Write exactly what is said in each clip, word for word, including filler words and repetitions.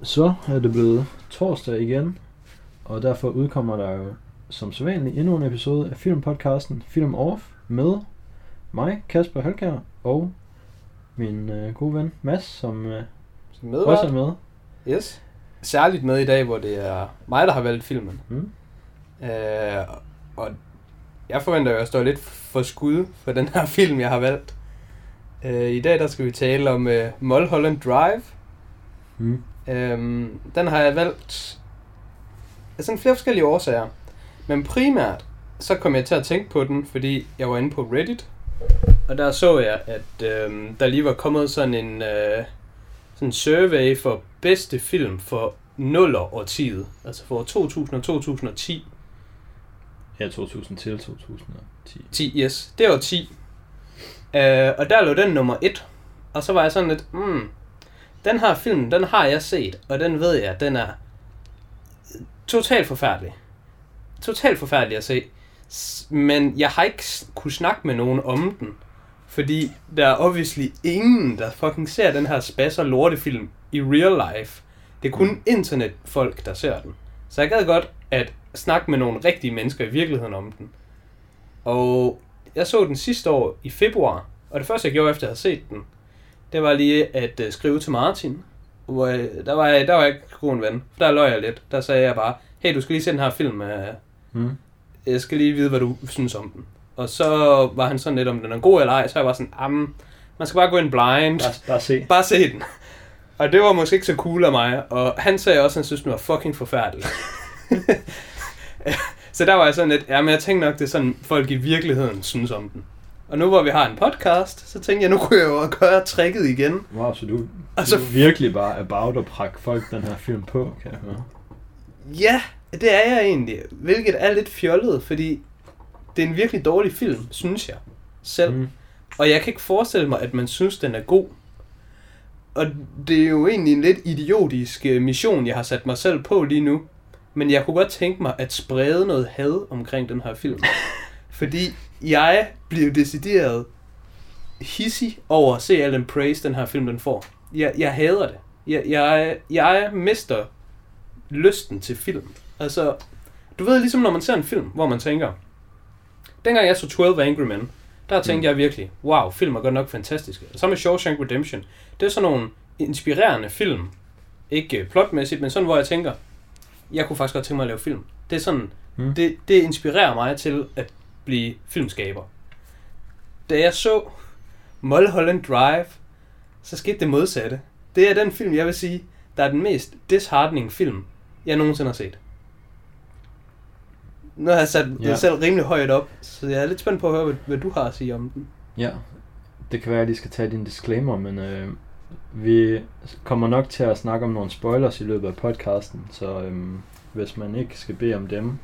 Så er det blevet torsdag igen, og derfor udkommer der jo som sædvanligt endnu en episode af filmpodcasten Film Off med mig, Kasper Hølkær, og min øh, gode ven Mads, som øh, også er med. Yes. Særligt med i dag, hvor det er mig, der har valgt filmen. Mm. Øh, og jeg forventer jo at stå lidt for skud for den her film, jeg har valgt. Øh, I dag der skal vi tale om øh, Mulholland Drive. Mm. Øhm, den har jeg valgt af sådan flere forskellige årsager. Men primært så kom jeg til at tænke på den, fordi jeg var inde på Reddit. Og der så jeg, at øhm, der lige var kommet sådan en øh, sådan en survey for bedste film for nuller-årtiet. Altså for to tusind og to tusind og ti. Ja, to tusind til to tusind og ti. ti, yes. Det var ti. Øh, og der lå den nummer et. Og så var jeg sådan lidt, hmm, den her film, den har jeg set, og den ved jeg, den er totalt forfærdelig. Totalt forfærdelig at se. Men jeg har ikke kunne snakke med nogen om den, fordi der er obviously ingen, der fucking ser den her spasser lortefilm i real life. Det er kun internetfolk, der ser den. Så jeg gad godt at snakke med nogle rigtige mennesker i virkeligheden om den. Og jeg så den sidste år i februar, og det første jeg gjorde efter at have set den, det var lige at uh, skrive til Martin, hvor jeg, der, var jeg, der var jeg ikke god en ven. Der løj jeg lidt. Der sagde jeg bare, hey, du skal lige se den her film. Uh, mm. Jeg skal lige vide, hvad du synes om den. Og så var han sådan lidt, om den er god eller ej. Så jeg var sådan, man skal bare gå ind blind. Bare, bare se. Bare se den. Og det var måske ikke så cool af mig. Og han sagde også, at han synes, den var fucking forfærdelig. Så der var jeg sådan lidt, ja, men jeg tænkte nok, det er sådan, folk i virkeligheden synes om den. Og nu hvor vi har en podcast, så tænkte jeg, nu kunne jeg jo gøre tricket igen. Wow, så du, så du er virkelig bare about at prakke folk den her film på, kan jeg høre. Ja, det er jeg egentlig. Hvilket er lidt fjollet, fordi det er en virkelig dårlig film, synes jeg selv. Mm. Og jeg kan ikke forestille mig, at man synes, den er god. Og det er jo egentlig en lidt idiotisk mission, jeg har sat mig selv på lige nu. Men jeg kunne godt tænke mig at sprede noget had omkring den her film. Fordi jeg blev decideret hissig over at se al den praise, den her film den får. Jeg, jeg hader det. Jeg, jeg, jeg mister lysten til film. Altså, du ved ligesom når man ser en film, hvor man tænker, dengang jeg så twelve Angry Men, der tænkte mm. jeg virkelig, wow, film er godt nok fantastiske. Og så med Shawshank Redemption, det er sådan nogle inspirerende film. Ikke plotmæssigt, men sådan hvor jeg tænker, jeg kunne faktisk godt tænke mig at lave film. Det er sådan, mm. det, det inspirerer mig til at blive filmskaber. Da jeg så Mulholland Drive, så skete det modsatte. Det er den film, jeg vil sige, der er den mest disheartening film, jeg nogensinde har set. Nu har jeg sat ja. det selv rimelig højt op, så jeg er lidt spændt på at høre, hvad, hvad du har at sige om den. Ja, det kan være, at jeg lige skal tage din disclaimer, men øh, vi kommer nok til at snakke om nogle spoilers i løbet af podcasten, så øh, hvis man ikke skal bede om dem,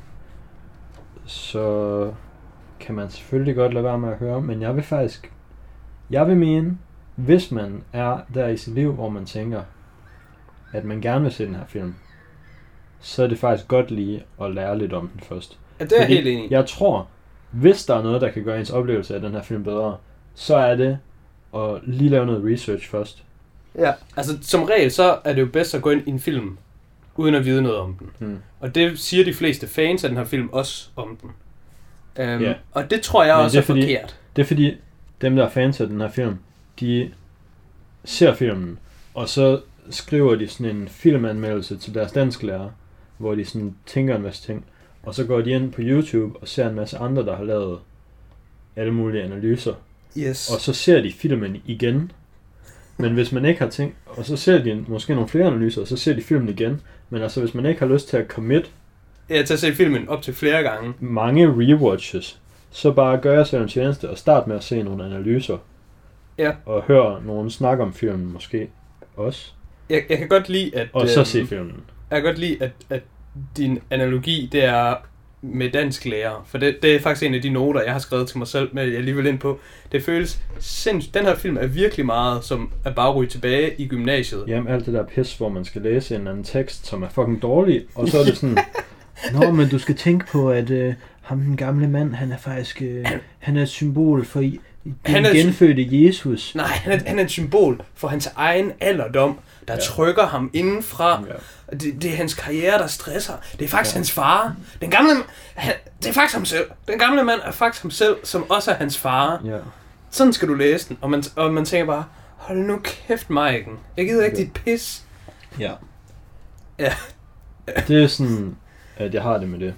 så kan man selvfølgelig godt lade være med at høre, men jeg vil faktisk, jeg vil mene, hvis man er der i sit liv, hvor man tænker, at man gerne vil se den her film, så er det faktisk godt lige at lære lidt om den først. Ja, det er helt enig. Jeg tror, hvis der er noget, der kan gøre ens oplevelse af den her film bedre, så er det at lige lave noget research først. Ja, altså som regel, så er det jo bedst at gå ind i en film, uden at vide noget om den. Hmm. Og det siger de fleste fans af den her film også om den. Um, yeah. Og det tror jeg Men også er, er fordi, forkert. Det er fordi, dem der er fans af den her film, de ser filmen, og så skriver de sådan en filmanmeldelse til deres dansklærer, hvor de sådan tænker en masse ting, og så går de ind på YouTube og ser en masse andre, der har lavet alle mulige analyser. Yes. Og så ser de filmen igen. Men hvis man ikke har tænkt, og så ser de måske nogle flere analyser, og så ser de filmen igen. Men altså hvis man ikke har lyst til at commit, ja, til at se filmen op til flere gange, mange rewatches, så bare gør jeg selv en tjeneste og start med at se nogle analyser. Ja. Og høre nogen snakke om filmen måske også. Jeg, jeg kan godt lide at og så øhm, se filmen. Jeg kan godt lide at, at din analogi det er med dansk lærer, for det, det er faktisk en af de noter jeg har skrevet til mig selv, med jeg lige vil ind på. Det føles sindssygt. Den her film er virkelig meget som at bare ryge tilbage i gymnasiet. Jamen alt det der pis, hvor man skal læse en anden tekst, som er fucking dårlig, og så er det sådan, nå, men du skal tænke på at øh, ham den gamle mand, han er faktisk øh, han er et symbol for Den han er genfødte Jesus. Nej, han er, han er et symbol for hans egen alderdom, der ja. trykker ham indenfra. Ja. Det, det er hans karriere, der stresser. Det er faktisk ja. hans far. Den gamle, han, det er faktisk ham selv. Den gamle mand er faktisk ham selv, som også er hans far. Ja. Sådan skal du læse den. Og man, og man tænker bare, hold nu kæft, Maiken. Jeg gider ikke ja. dit pis. Ja. Ja. Det er sådan, at jeg har det med det.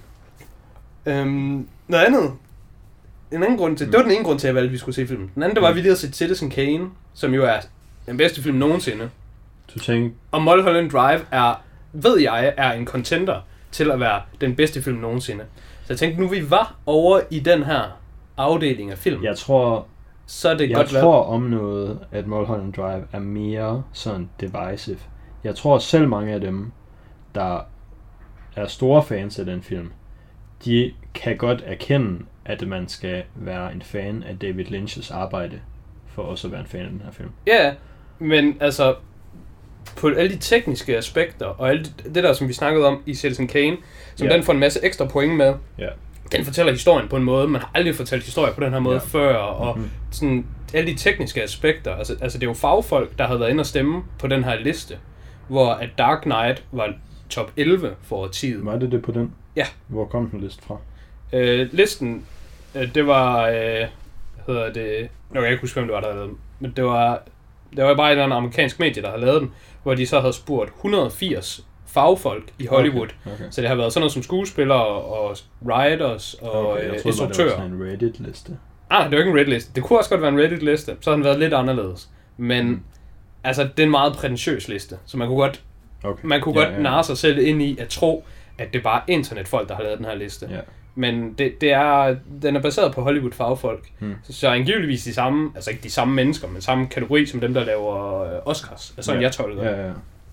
Øhm, noget andet. En anden grund til, mm. Det var den ene grund til, at jeg valgte, at vi skulle se filmen. Den anden, der var, at vi lige havde set Citizen Kane, som jo er den bedste film nogensinde. Du tænker... Og Mulholland Drive er, ved jeg, er en contender til at være den bedste film nogensinde. Så jeg tænkte, nu vi var over i den her afdeling af film. Jeg tror, så er det jeg godt tror været. om noget, at Mulholland Drive er mere sådan divisive. Jeg tror selv mange af dem, der er store fans af den film, de kan godt erkende, at man skal være en fan af David Lynch's arbejde, for også at være en fan af den her film. Ja, men altså, på alle de tekniske aspekter, og alt det der, som vi snakkede om i Citizen Kane, som yeah. den får en masse ekstra point med, yeah. den fortæller historien på en måde, man har aldrig fortalt historie på den her måde yeah. før, og mm-hmm. sådan, alle de tekniske aspekter, altså, altså det er jo fagfolk, der havde været inde og stemme på den her liste, hvor at Dark Knight var top elleve for årtiet. Var det det på den? Ja. Hvor kom den liste fra? Øh, listen, øh, det var, øh, hvad hedder det, nu kan jeg ikke huske, hvem det var, der havde lavet den, men det var, det var bare et eller andet amerikansk medie, der havde lavet den, hvor de så havde spurgt et hundrede og firs fagfolk i Hollywood. Okay, okay. Så det har været sådan noget som skuespillere og writers og okay, jeg troede, instruktører. Det var sådan en Reddit-liste. Ah, det var ikke en Reddit-liste. Det kunne også godt være en Reddit-liste, så har den været lidt anderledes. Men mm. altså, det er en meget prætentiøs liste, så man kunne godt, okay. man kunne ja, godt ja. narre sig selv ind i at tro, at det bare er internetfolk, der har lavet den her liste. Ja. Men det, det er, den er baseret på Hollywood fagfolk. Hmm. Så, så angiveligvis de samme, altså ikke de samme mennesker, men samme kategori som dem, der laver øh, Oscars. Altså sådan, ja. jeg tolker. Ja,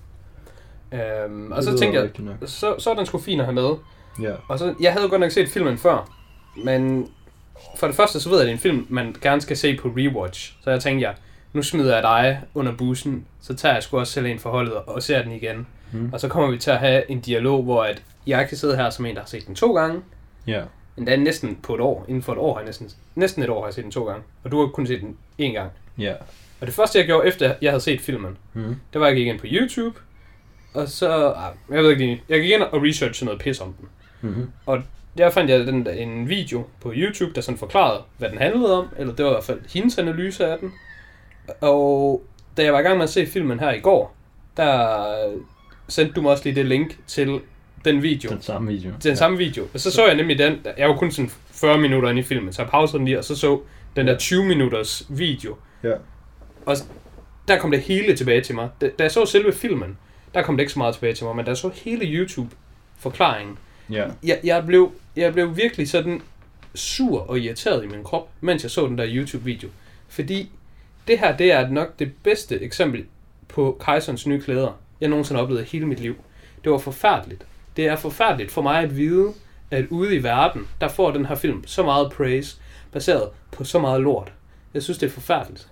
ja. Øhm, og så tænkte jeg, så, så er den sgu fin at have med. Ja. Og så, jeg havde jo godt nok set filmen før, men for det første, så ved jeg, at det er en film, man gerne skal se på rewatch. Så jeg tænkte, ja, nu smider jeg dig under bussen, så tager jeg sgu også selv en forholdet og ser den igen. Hmm. Og så kommer vi til at have en dialog, hvor at jeg kan sidde her som en, der har set den to gange. Ja. Endda næsten på et år. Inden for et år har jeg næsten, næsten et år har jeg set den to gange. Og du har kun set den én gang. Ja. Og det første jeg gjorde efter jeg havde set filmen, mm. det var at jeg gik ind på YouTube. Og så, jeg ved ikke lige, jeg gik ind og researchede noget pis om den. Mm-hmm. Og der fandt jeg den, en video på YouTube, der sådan forklarede, hvad den handlede om. Eller det var i hvert fald hendes analyse af den. Og da jeg var i gang med at se filmen her i går, der sendte du mig også lige det link til den video. Den samme video. Den ja. samme video. Og så så jeg nemlig den, jeg var kun sådan fyrre minutter inde i filmen, så jeg pausede den lige, og så så den der tyve minutters video. Ja. Og der kom det hele tilbage til mig. Da jeg så selve filmen, der kom det ikke så meget tilbage til mig, men da jeg så hele YouTube-forklaringen, ja. jeg, jeg, blev, jeg blev virkelig sådan sur og irriteret i min krop, mens jeg så den der YouTube-video. Fordi det her, det er nok det bedste eksempel på Kejserens nye klæder, jeg nogensinde har oplevet i hele mit liv. Det var forfærdeligt. Det er forfærdeligt for mig at vide, at ude i verden, der får den her film så meget praise, baseret på så meget lort. Jeg synes, det er forfærdeligt.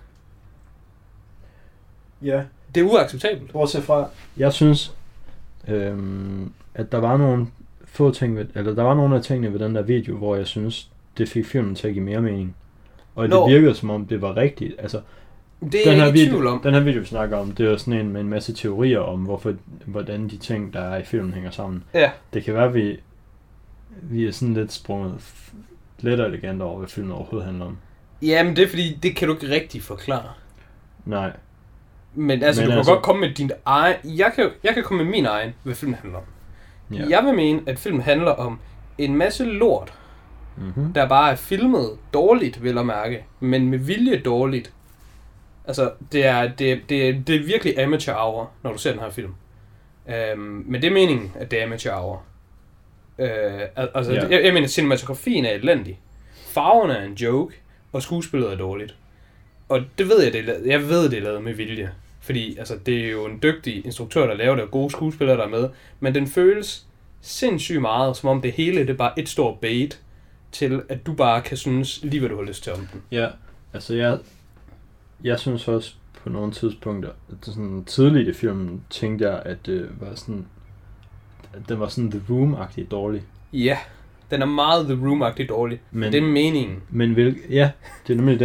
Ja. Det er uacceptabelt. Bortset fra, jeg synes, øhm, at der var nogle få ting ved, eller der var nogle af tingene ved den der video, hvor jeg synes, det fik filmen til at give mere mening. Og Nå. det virkede som om, det var rigtigt. Altså, det er den her ikke i video, tvivl om. Den her video, vi snakker om, det er sådan en med en masse teorier om, hvorfor, hvordan de ting, der er i filmen, hænger sammen. Ja. Det kan være, at vi, vi er sådan lidt sprunget let og elegant over, hvad filmen overhovedet handler om. Jamen, det er fordi, det kan du ikke rigtig forklare. Nej. Men altså, Men du kan altså... godt komme med din egen... Jeg kan, jeg kan komme med min egen, hvad filmen handler om. Ja. Jeg vil mene, at filmen handler om en masse lort, mm-hmm. der bare er filmet dårligt, vil jeg mærke, men med vilje dårligt. Altså, det er, det, det, det er virkelig amateur hour, når du ser den her film. Øhm, men det er meningen, at det er amateur hour. Øh, altså, yeah. jeg, jeg mener, cinematografien er elendig. Farverne er en joke, og skuespillet er dårligt. Og det ved jeg, det er, jeg ved, det er lavet med vilje. Fordi altså, det er jo en dygtig instruktør, der laver det, og gode skuespillere, der er med. Men den føles sindssygt meget, som om det hele det er bare et stort bait, til at du bare kan synes lige, hvad du har lyst til om den. Ja, altså jeg... Jeg synes også på nogle tidspunkter, at det sådan tidligt i filmen, tænkte jeg, at det var sådan, at den var sådan The Room-agtig dårlig. Ja, den er meget The Room-agtig dårlig. Men, det er meningen. Men vil, ja, det er nemlig det.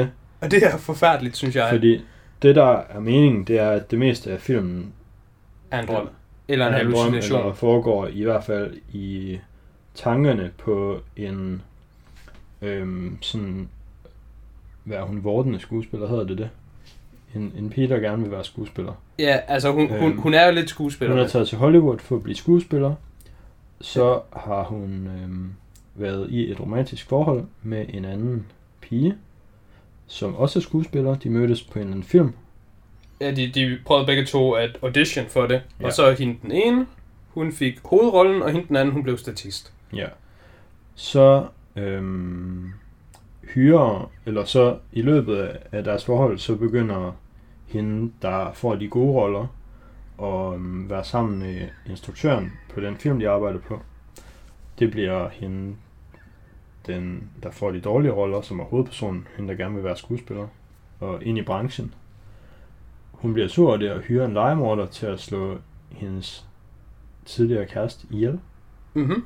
Og det er forfærdeligt, synes jeg. Fordi det, der er meningen, det er, at det meste af filmen er en drøm. Eller en er hallucination. Eller foregår i hvert fald i tankerne på en øhm, sådan, hvad er hun, vordende skuespiller, hedder det det? En, en pige, der gerne vil være skuespiller. Ja, altså hun, øhm, hun, hun er jo lidt skuespiller. Hun er taget til Hollywood for at blive skuespiller. Så har hun øhm, været i et romantisk forhold med en anden pige, som også er skuespiller. De mødtes på en eller anden film. Ja, de, de prøvede begge to at audition for det. Ja. Og så hende den ene, hun fik hovedrollen, og hende den anden, hun blev statist. Ja. Så øhm, hyrer, eller så i løbet af deres forhold, så begynder hende, der får de gode roller, at øhm, være sammen med instruktøren på den film, de arbejder på. Det bliver hende, den, der får de dårlige roller, som er hovedpersonen, hende, der gerne vil være skuespiller, og ind i branchen. Hun bliver sur af det og hyrer en legemorder til at slå hendes tidligere kæreste ihjel. Mhm.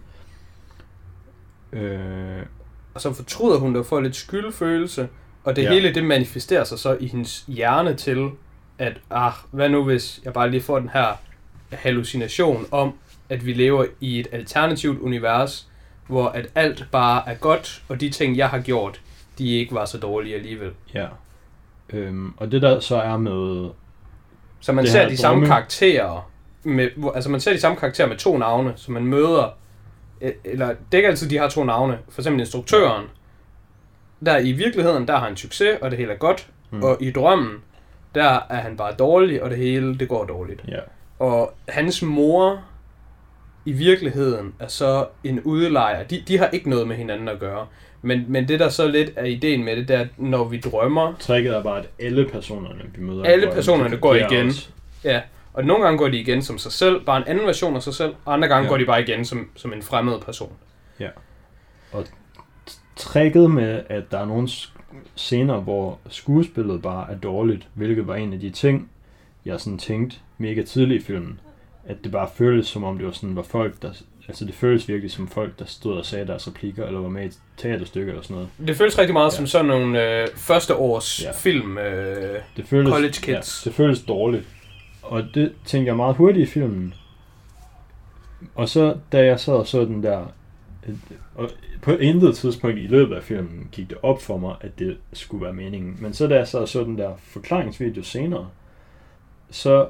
Øh, og så fortryder hun det og får lidt skyldfølelse, og det ja. hele det manifesterer sig så i hendes hjerne til, at ah, hvad nu hvis jeg bare lige får den her hallucination om, at vi lever i et alternativt univers, hvor at alt bare er godt, og de ting, jeg har gjort, de ikke var så dårlige alligevel. Ja. Øhm, og det der så er med... Så man ser de samme karakterer, med, altså man ser de samme karakterer med to navne, som man møder, eller det er ikke altid, de har to navne. For eksempel instruktøren, der i virkeligheden, der har han succes, og det hele er godt, mm. og i drømmen, der er han bare dårlig, og det hele, det går dårligt. Ja. Og hans mor, i virkeligheden, er så en udlejer. De, de har ikke noget med hinanden at gøre. Men, men det der så lidt er ideen med det, der at når vi drømmer... Tricket er bare, at alle personerne, vi møder... Alle personerne går igen. Også. Ja, og nogle gange går de igen som sig selv, bare en anden version af sig selv, og andre gange ja. går de bare igen som, som en fremmed person. Ja. Og tricket med, at der er nogle scener, hvor skuespillet bare er dårligt, hvilket var en af de ting, jeg sådan tænkte mega tidligt i filmen, at det bare føltes som om det var sådan, var folk, der... Altså det føles virkelig som folk, der stod og sagde deres replikker, eller var med i et teaterstykke eller sådan noget. Det føles rigtig meget ja. som sådan nogle øh, førsteårs ja. film, øh, det føles, college kids. Ja, det føles dårligt. Og det tænkte jeg meget hurtigt i filmen. Og så, da jeg sad og så den der... Og på intet tidspunkt i løbet af filmen gik det op for mig, at det skulle være meningen. Men så da jeg sad og så den der forklaringsvideo senere, så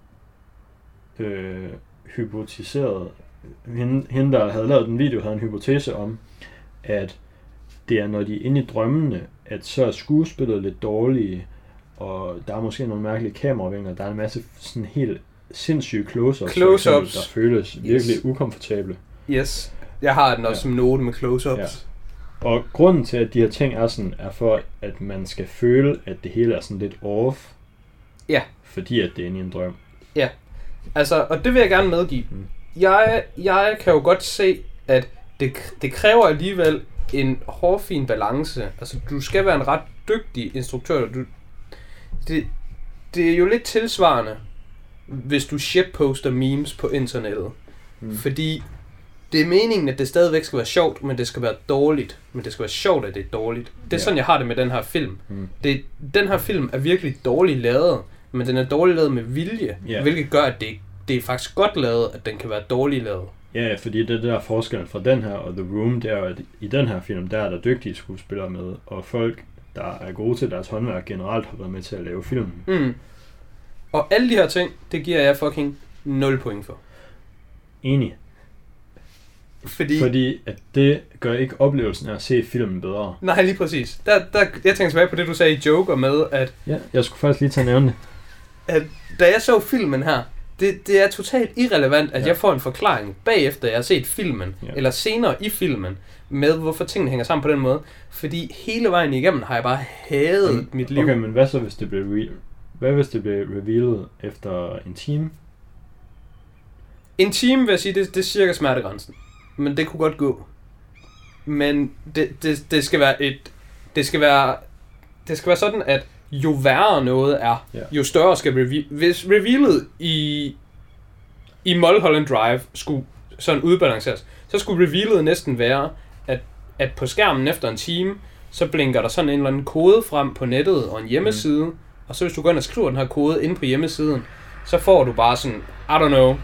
øh, hypotiserede... Hende, hende, der havde lavet den video, havde en hypotese om, at det er, når de er inde i drømmene, at så er skuespillet lidt dårlige, og der er måske nogle mærkelige kameravinkler, der er en masse sådan helt sindssyge close-ups, close-ups. Eksempel, der føles virkelig yes. ukomfortable. Yes, jeg har den også ja. som note med close-ups. Ja. Og grunden til, at de her ting er sådan, er for, at man skal føle, at det hele er sådan lidt off, ja. fordi at det er inde i en drøm. Ja, altså, og det vil jeg gerne medgive. Mm. Jeg, jeg kan jo godt se, at det, det kræver alligevel en hårfin balance. Altså, du skal være en ret dygtig instruktør. Du, det, det er jo lidt tilsvarende, hvis du shitposter memes på internettet. Mm. Fordi det er meningen, at det stadigvæk skal være sjovt, men det skal være dårligt. Men det skal være sjovt, at det er dårligt. Det er ja. sådan, jeg har det med den her film. Mm. Det, den her film er virkelig dårligt lavet, men den er dårligt lavet med vilje, yeah. hvilket gør, at det det er faktisk godt lavet, at den kan være dårligt lavet. Ja, fordi det der forskellen fra den her og The Room, det er jo, at i den her film, der er der dygtige skuespillere med, og folk, der er gode til deres håndværk generelt, har været med til at lave filmen. Mm. Og alle de her ting, det giver jeg fucking nul point for. Enig. Fordi, fordi at det gør ikke oplevelsen af at se filmen bedre. Nej, lige præcis. Der, der, jeg tænkte tilbage på det, du sagde i Joker med, at... Ja, jeg skulle faktisk lige tage at nævne det. At da jeg så filmen her, Det, det er totalt irrelevant, at ja. jeg får en forklaring bagefter, jeg har set filmen, ja. eller senere i filmen, med hvorfor tingene hænger sammen på den måde. Fordi hele vejen igennem har jeg bare hadet um, mit liv. Okay, men hvad så, hvis det blev, re- hvad hvis det blev revealet efter en time? En time, vil jeg sige, det, det er cirka smertegrænsen. Men det kunne godt gå. Men det, det, det skal være et... Det skal være... Det skal være sådan, at jo værre noget er, yeah. jo større skal reveal. Hvis revealet i i Mulholland Drive skulle sådan udbalanceres, så skulle revealet næsten være, at, at på skærmen efter en time, så blinker der sådan en eller anden kode frem på nettet og en hjemmeside, mm. og så hvis du går ind og skriver den her kode inde på hjemmesiden, så får du bare sådan, I don't know,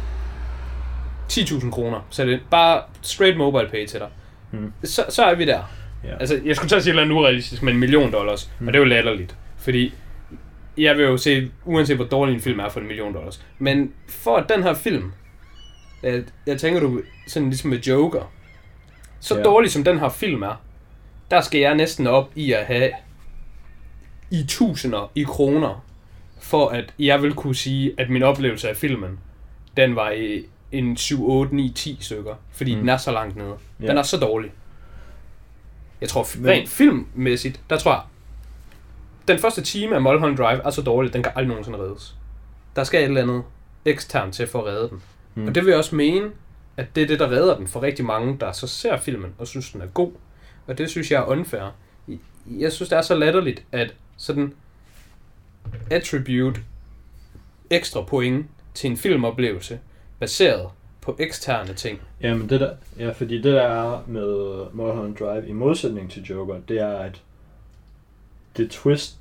ti tusind kroner. Så det er bare straight mobile pay til dig. Mm. Så, så er vi der. Yeah. Altså, jeg skulle tage at sige et eller andet urealistisk, men en million dollars, mm. og det er jo latterligt, fordi jeg vil jo se, uanset hvor dårlig en film er for en million dollars, men for at den her film, jeg, jeg tænker du sådan ligesom med Joker, så yeah. dårlig som den her film er, der skal jeg næsten op i at have i tusinder i kroner, for at jeg vil kunne sige, at min oplevelse af filmen, den var i en syv, otte, ni, ti stykker, fordi mm. den er så langt nede. Yeah. Den er så dårlig. Jeg tror, rent filmmæssigt, der tror jeg, den første time af Mulholland Drive er så dårlig, den kan aldrig nogensinde reddes. Der skal et eller andet eksternt til for at redde den. Mm. Og det vil jeg også mene, at det er det, der redder den for rigtig mange, der så ser filmen og synes, den er god. Og det synes jeg er unfair. Jeg synes, det er så latterligt, at sådan attribute ekstra point til en filmoplevelse, baseret på eksterne ting. Jamen det der, ja, fordi det der er med Mulholland Drive i modsætning til Joker, det er, at det twist,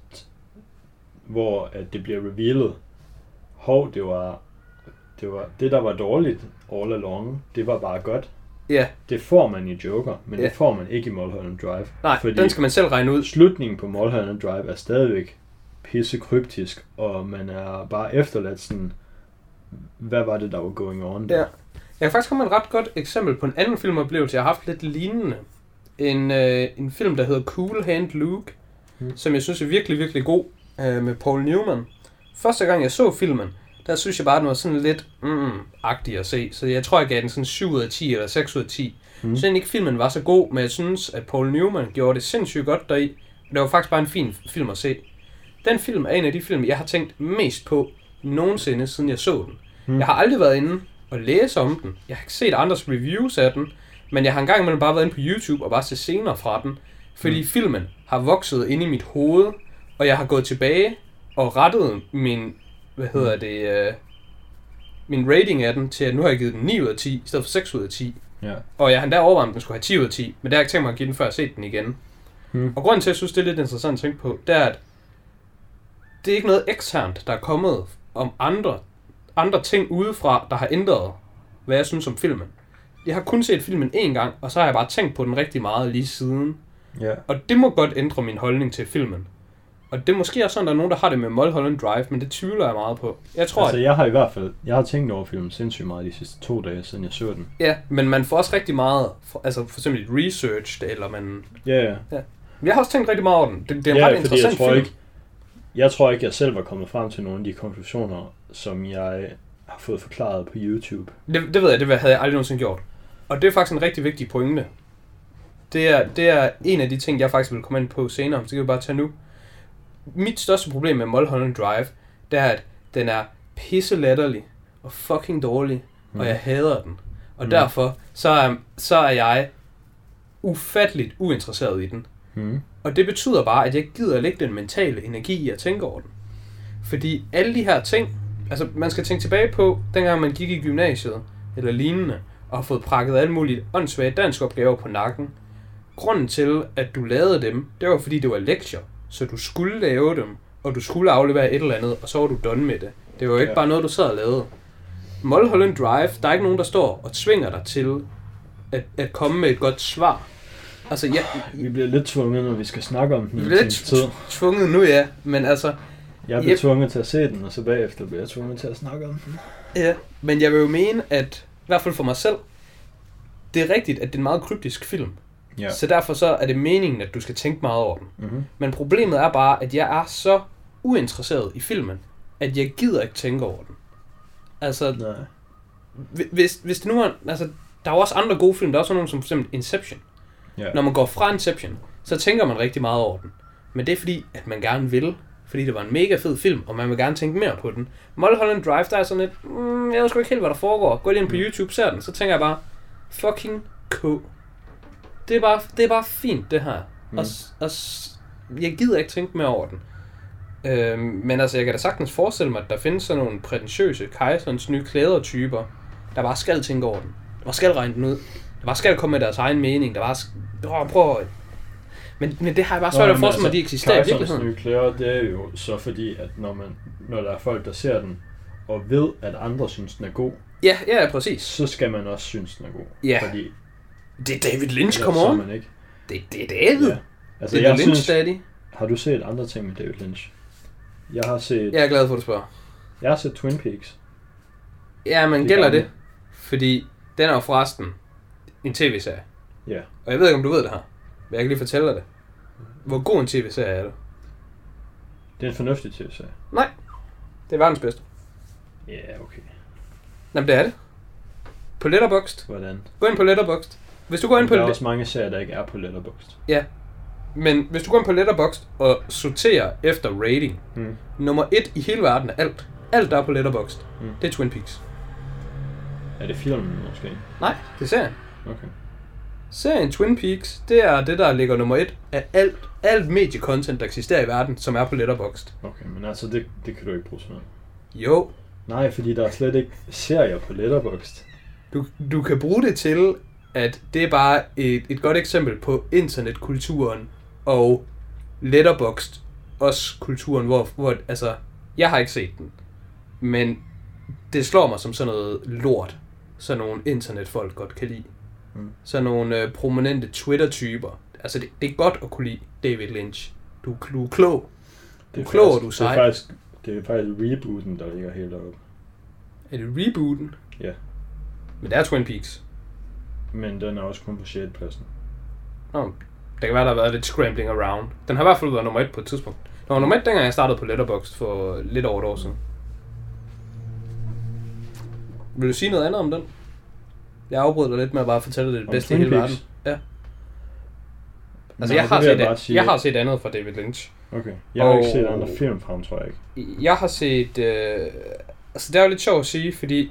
hvor at det bliver revealet, hov, det var, det var det, der var dårligt all along, det var bare godt. Ja. Yeah. Det får man i Joker, men yeah. det får man ikke i Mulholland Drive. Nej, fordi den skal man selv regne ud. Slutningen på Mulholland Drive er stadigvæk pisse kryptisk, og man er bare efterladt sådan, hvad var det, der var going on der? Ja. Jeg kan faktisk komme med et ret godt eksempel på en anden filmoplevelse, jeg har haft lidt lignende. En, øh, en film, der hedder Cool Hand Luke, hmm. som jeg synes er virkelig, virkelig god, øh, med Paul Newman. Første gang jeg så filmen, der synes jeg bare, den var sådan lidt mm-agtig at se. Så jeg tror, jeg gav den sådan syv ud af ti eller seks ud af ti. Hmm. Jeg synes ikke, filmen var så god, men jeg synes, at Paul Newman gjorde det sindssygt godt deri. Det var faktisk bare en fin film at se. Den film er en af de film, jeg har tænkt mest på nogensinde, siden jeg så den. Hmm. Jeg har aldrig været inde og læse om den. Jeg har ikke set andres reviews af den, men jeg har engang imellem bare været inde på YouTube og bare set scener fra den, fordi hmm. filmen har vokset inde i mit hoved, og jeg har gået tilbage og rettet min, hvad hedder hmm. det, uh, min rating af den til, at nu har jeg givet den ni ud af ti, i stedet for seks ud af ti. Yeah. Og jeg har endda overvejet, om den skulle have ti ud af ti, men det har jeg ikke tænkt mig at give den, før jeg har set den igen. Hmm. Og grunden til, at jeg synes, det er lidt interessant at tænke på, det er, at det er ikke noget eksternt, der er kommet om andre andre ting udefra, der har ændret, hvad jeg synes om filmen. Jeg har kun set filmen én gang, og så har jeg bare tænkt på den rigtig meget lige siden. Yeah. Og det må godt ændre min holdning til filmen. Og det er måske også sådan, der er nogen, der har det med Mulholland Drive, men det tvivler jeg meget på. Jeg tror, altså, at... jeg har i hvert fald, jeg har tænkt over filmen sindssygt meget de sidste to dage, siden jeg så den. Ja, men man får også rigtig meget, for, altså for eksempel research, eller man... Yeah, yeah. Ja. Jeg har også tænkt rigtig meget over den. Det, det er en ja, ret interessant jeg tror film. Ikke, jeg tror ikke, jeg selv var kommet frem til nogle af de konklusioner, som jeg har fået forklaret på YouTube. Det, det ved jeg, det havde jeg aldrig nogensinde gjort. Og det er faktisk en rigtig vigtig pointe. Det er, det er en af de ting, jeg faktisk vil komme ind på senere, så det kan vi bare tage nu. Mit største problem med Mulholland Drive, det er, at den er pisse latterlig og fucking dårlig, mm. og jeg hader den. Og mm. derfor, så er, så er jeg ufatteligt uinteresseret i den. Mm. Og det betyder bare, at jeg gider lægge den mentale energi i at tænke over den. Fordi alle de her ting, altså man skal tænke tilbage på, dengang man gik i gymnasiet, eller lignende, og har fået prakket alle mulige åndssvage danskopgaver på nakken. Grunden til, at du lavede dem, det var fordi det var lektier, så du skulle lave dem, og du skulle aflevere et eller andet, og så var du done med det. Det var jo ikke ja. bare noget, du sad og lavede. Mulholland Drive, der er ikke nogen, der står og tvinger dig til at, at komme med et godt svar. Altså, ja, vi bliver lidt tvunget, når vi skal snakke om den. Vi bliver lidt tid. tvunget nu, ja, men altså... Jeg bliver yep. tvunget til at se den, og så bagefter bliver jeg tvunget til at snakke om den. Ja, men jeg vil jo mene, at i hvert fald for mig selv, det er rigtigt, at det er en meget kryptisk film. Ja. Så derfor så er det meningen, at du skal tænke meget over den. Mm-hmm. Men problemet er bare, at jeg er så uinteresseret i filmen, at jeg gider ikke tænke over den. Altså, Nej. hvis, hvis det nu er... Altså, der er jo også andre gode film, der er også nogle som for eksempel Inception. Ja. Når man går fra Inception, så tænker man rigtig meget over den. Men det er fordi, at man gerne vil... Fordi det var en mega fed film, og man vil gerne tænke mere på den. Mulholland Drive, der er sådan lidt, mm, jeg ved sgu ikke helt, hvad der foregår. Gå lige ind på YouTube, ser den, så tænker jeg bare, fucking cool. Det er bare, det er bare fint, det her. Mm. Og, og jeg gider ikke tænke mere over den. Øhm, men altså, jeg kan da sagtens forestille mig, at der findes sådan nogle prætentiøse Kejserens nye klædertyper, der bare skal tænke over den. Der bare skal regne den ud. Der bare skal komme med deres egen mening. Der bare skal, prøv at Men, men det har jeg bare svært at forestille mig, at de eksisterer i virkeligheden. Nye klæder, det er jo så fordi, at når, man, når der er folk, der ser den, og ved, at andre synes, den er god, ja, ja, præcis. Så skal man også synes, den er god. Ja. Fordi det er David Lynch, come on. Man ikke. Det, det er David. Ja. Altså, David jeg Lynch, synes, daddy. Har du set andre ting med David Lynch? Jeg har set... Jeg er glad for, at du spørger. Jeg har set Twin Peaks. Ja, men det gælder det. Fordi den er jo forresten en tv-serie. Ja. Og jeg ved ikke, om du ved det her. Men jeg kan lige fortælle dig det. Hvor god en tv-serie er det? Det er en fornuftig tv-serie. Nej. Det er verdens bedste. Ja, yeah, okay. Jamen, det er det. På Letterboxd. Hvordan? Gå ind på Letterboxd. Hvis du går ind på der er også mange serier, der ikke er på Letterboxd. Ja. Men hvis du går ind på Letterboxd og sorterer efter rating, hmm. nummer et i hele verden er alt. Alt, der er på Letterboxd, hmm. det er Twin Peaks. Er det filmen måske? Nej, det er serien. Okay. Serien Twin Peaks, det er det, der ligger nummer et af alt, alt mediecontent, der eksisterer i verden, som er på Letterboxd. Okay, men altså, det, det kan du ikke bruge sådan noget. Jo. Nej, fordi der er slet ikke serier på Letterboxd. Du, du kan bruge det til, at det er bare et, et godt eksempel på internetkulturen og Letterboxd også kulturen, hvor, hvor, altså, jeg har ikke set den, men det slår mig som sådan noget lort, sådan nogle internetfolk godt kan lide. Mm. Sådan nogle øh, prominente Twitter-typer. Altså, det, det er godt at kunne lide David Lynch. Du, du er klog. Du er, er klog, og du er sej. Det er faktisk, det er faktisk rebooten, der ligger helt deroppe. Er det rebooten? Ja. Men det er Twin Peaks. Men den er også kun på sjette pladsen. Nå, det kan være, der har været lidt scrambling around. Den har i hvert fald været nummer et på et tidspunkt. Den var nummer et, dengang jeg startede på Letterboxd for lidt over et år siden. Vil du sige noget andet om den? Jeg afbryder dig lidt med at bare fortælle det, det bedste i hele verden. Ja. Altså, Nå, jeg, har set, jeg, jeg, jeg har set andet fra David Lynch. Okay. Jeg har og ikke set andre film fra ham, tror jeg ikke. Jeg har set... Øh, altså, det er jo lidt sjovt at sige, fordi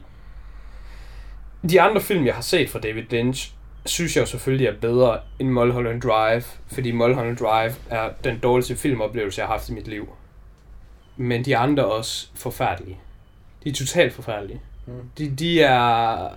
de andre film, jeg har set fra David Lynch, synes jeg jo selvfølgelig er bedre end Mulholland Drive, fordi Mulholland Drive er den dårligste filmoplevelse, jeg har haft i mit liv. Men de andre er også forfærdelige. De er totalt forfærdelige. Mm. De, de er...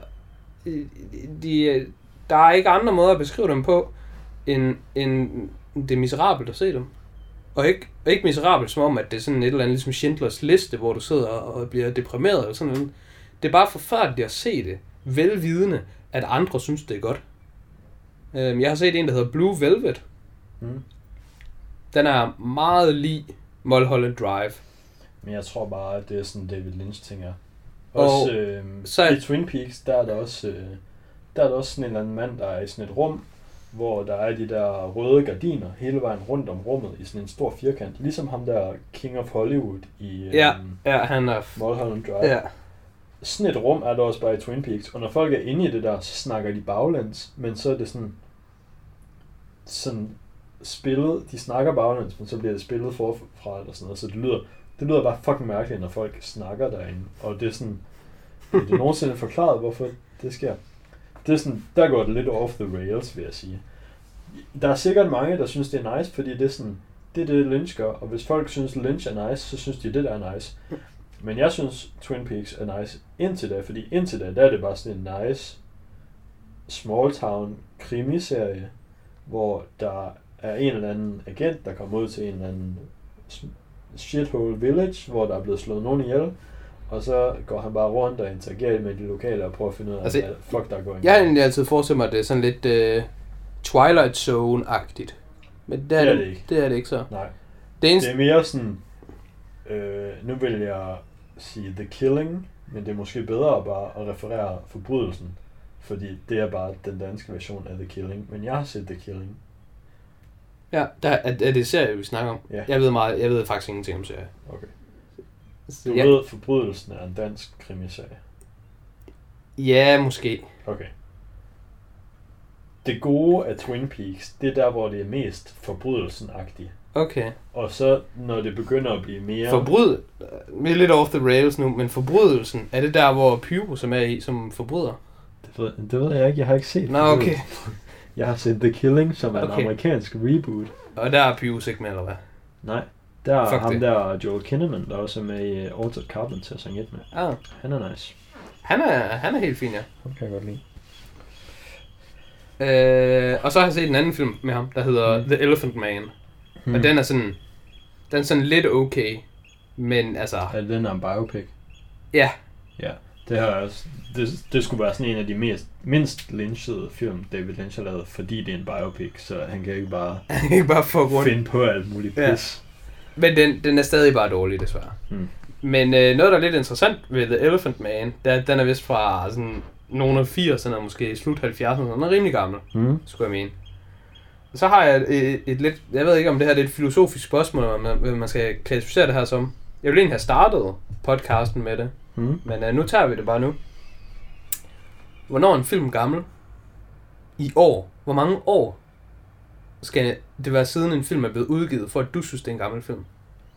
De, der er ikke andre måder at beskrive dem på, end, end det er miserabelt at se dem. Og ikke, og ikke miserabelt som om, at det er sådan et eller andet ligesom Schindlers liste, hvor du sidder og bliver deprimeret eller sådan noget. Det er bare forfærdeligt at se det, velvidende, at andre synes, det er godt. Jeg har set en, der hedder Blue Velvet. Mm. Den er meget lig Mulholland Drive. Men jeg tror bare, at det er sådan David Lynch ting er. Også øh, så i Twin Peaks, der er der også, øh, der er der også sådan en eller anden mand, der er i sådan et rum, hvor der er de der røde gardiner hele vejen rundt om rummet i sådan en stor firkant. Ligesom ham der King of Hollywood i øh, ja, ja, han er Mulholland Drive. Ja. Sådan et rum er der også bare i Twin Peaks, og når folk er inde i det der, så snakker de baglæns, men så er det sådan, sådan spillet, de snakker baglæns, men så bliver det spillet forfra eller sådan noget, så det lyder, det lyder bare fucking mærkeligt, når folk snakker derinde, og det er sådan, er det nogensinde forklaret, hvorfor det sker? Det er sådan, der går det lidt off the rails, vil jeg sige. Der er sikkert mange, der synes, det er nice, fordi det er sådan, det er det Lynch gør, og hvis folk synes, Lynch er nice, så synes de, det der er nice. Men jeg synes, Twin Peaks er nice indtil da, fordi indtil da, der er det bare sådan en nice small town krimiserie, hvor der er en eller anden agent, der kommer ud til en eller anden shithole village, hvor der er blevet slået nogen ihjel, og så går han bare rundt og interagerer med de lokale og prøver at finde ud af, altså, hvad fuck der er going. Jeg har egentlig altid forestillet mig, at det er sådan lidt uh, Twilight Zone-agtigt. Men det er det, det, er det ikke. Det er det ikke så. Nej. Det, eneste... det er mere sådan, øh, nu vil jeg sige The Killing, men det er måske bedre bare at referere forbrydelsen, fordi det er bare den danske version af The Killing, men jeg har set The Killing. Ja, der er, er det serie, vi snakker om? Ja. Jeg ved meget, jeg ved faktisk ingenting om serie. Okay. Du ja. ved, forbrydelsen er en dansk krimiserie? Ja, måske. Okay. Det gode af Twin Peaks, det er der, hvor det er mest forbrydelsen-agtigt. Okay. Og så, når det begynder at blive mere... Forbryd... Vi er lidt off the rails nu, men forbrydelsen, er det der, hvor Pyrus er med i som forbryder? Det ved, det ved jeg ikke, jeg har ikke set. Nå, okay. Jeg har set The Killing, som er okay. En amerikansk reboot. Og der er Pyrus ikke med, eller hvad? Nej. Der er Fuck ham det. der, Joel Kinnaman, der også er med i Altered Carbon til at synge et med. Ah. Han er nice. Han er, han er helt fin, ja. Han kan jeg godt lide. Øh, og så har jeg set en anden film med ham, der hedder Mm. The Elephant Man. Hmm. Og den er sådan, den er sådan lidt okay, men altså, Er det den der en biopic? ja, Ja, det har jeg også. Det, det skulle være sådan en af de mest, mindst lynchede film, David Lynch har lavet, fordi det er en biopic, så han kan ikke bare han kan ikke bare få rundt. finde på alt muligt Ja. pis. Men den, den er stadig bare dårlig, desværre. Hmm. Men øh, noget, der er lidt interessant ved The Elephant Man, det er, at den er vist fra sådan nogle af firserne, måske slut halvfjerdserne, den er rimelig gammel, Hmm. skulle jeg mene. Og så har jeg et, et lidt, jeg ved ikke om det her det er et filosofisk spørgsmål, om man, hvad man skal klassificere det her som. Jeg ville egentlig have startet podcasten med det, Hmm. men øh, nu tager vi det bare nu. Hvornår er en film gammel? I år. Hvor mange år skal det være siden en film er blevet udgivet, for at du synes, det er en gammel film?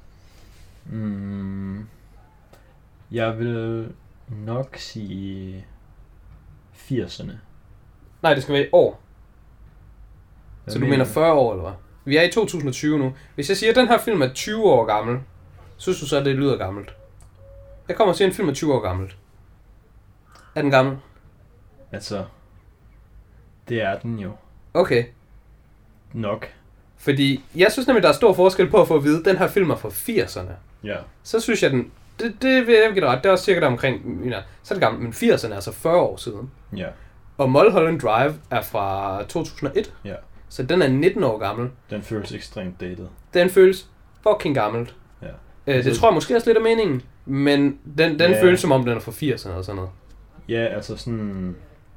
Mm. Jeg vil nok sige firserne. Nej, det skal være i år. Hvad Så du mener fyrre år, eller hvad? Vi er i to tusind og tyve nu. Hvis jeg siger, at den her film er tyve år gammel, synes du så, at det lyder gammelt? Jeg kommer og siger, at en film er tyve år gammelt. Er den gammel? Altså, det er den jo Okay. nok. Fordi jeg synes nemlig, der er stor forskel på at få at vide, at den her film er fra firserne. Ja. Så synes jeg, den... Det, det vil jeg give dig ret. Det er også cirka der omkring... Ja, så er det gammelt. Men firserne er altså fyrre år siden. Ja. Og Mulholland Drive er fra to tusind og et. Ja. Så den er nitten år gammel. Den føles ekstremt dated. Den føles fucking gammelt. Ja. Øh, det Altså- tror jeg måske også lidt af meningen. Men den, den Ja. føles som om, den er fra firserne og sådan noget. Ja, altså sådan...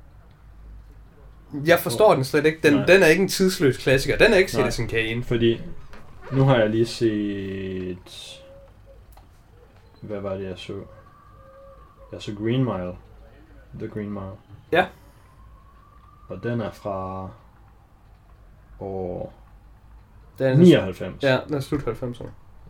Jeg forstår den slet ikke. Den, Nej. den er ikke en tidsløs klassiker. Den er ikke Nej. Citizen Kane. Fordi nu har jeg lige set... Hvad var det, jeg så? Jeg så Green Mile. The Green Mile. Ja. Og den er fra år Den er, nioghalvfems. ja, den er slut halvfemserne.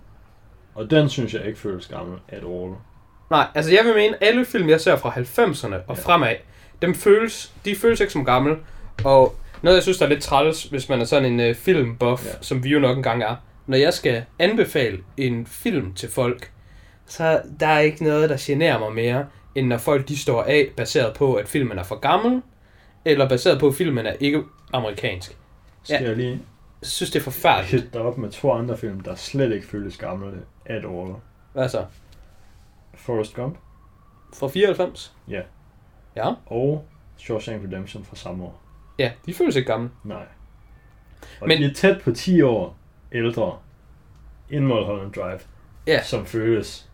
Og den synes jeg ikke føles gammel at all. Nej, altså jeg vil mene, alle film, jeg ser fra halvfemserne og Ja. fremad, dem føles, de føles ikke som gammel. Og noget, jeg synes, der er lidt træls, hvis man er sådan en uh, filmbuff, Ja. som vi jo nok engang er. Når jeg skal anbefale en film til folk, så der er ikke noget, der generer mig mere, end når folk de står af, baseret på, at filmen er for gammel, eller baseret på, at filmen er ikke amerikansk. Skal Ja. jeg lige Jeg synes, det er forfærdeligt. hitte dig op med to andre film, der slet ikke føles gamle at all. Hvad så? Forrest Gump Fra fireoghalvfems? Ja. Ja. og Shawshank Redemption fra samme år. Ja, de føles ikke gamle. Nej. Men- Og Men... de er tæt på ti år ældre end Mulholland Drive, Ja. som føles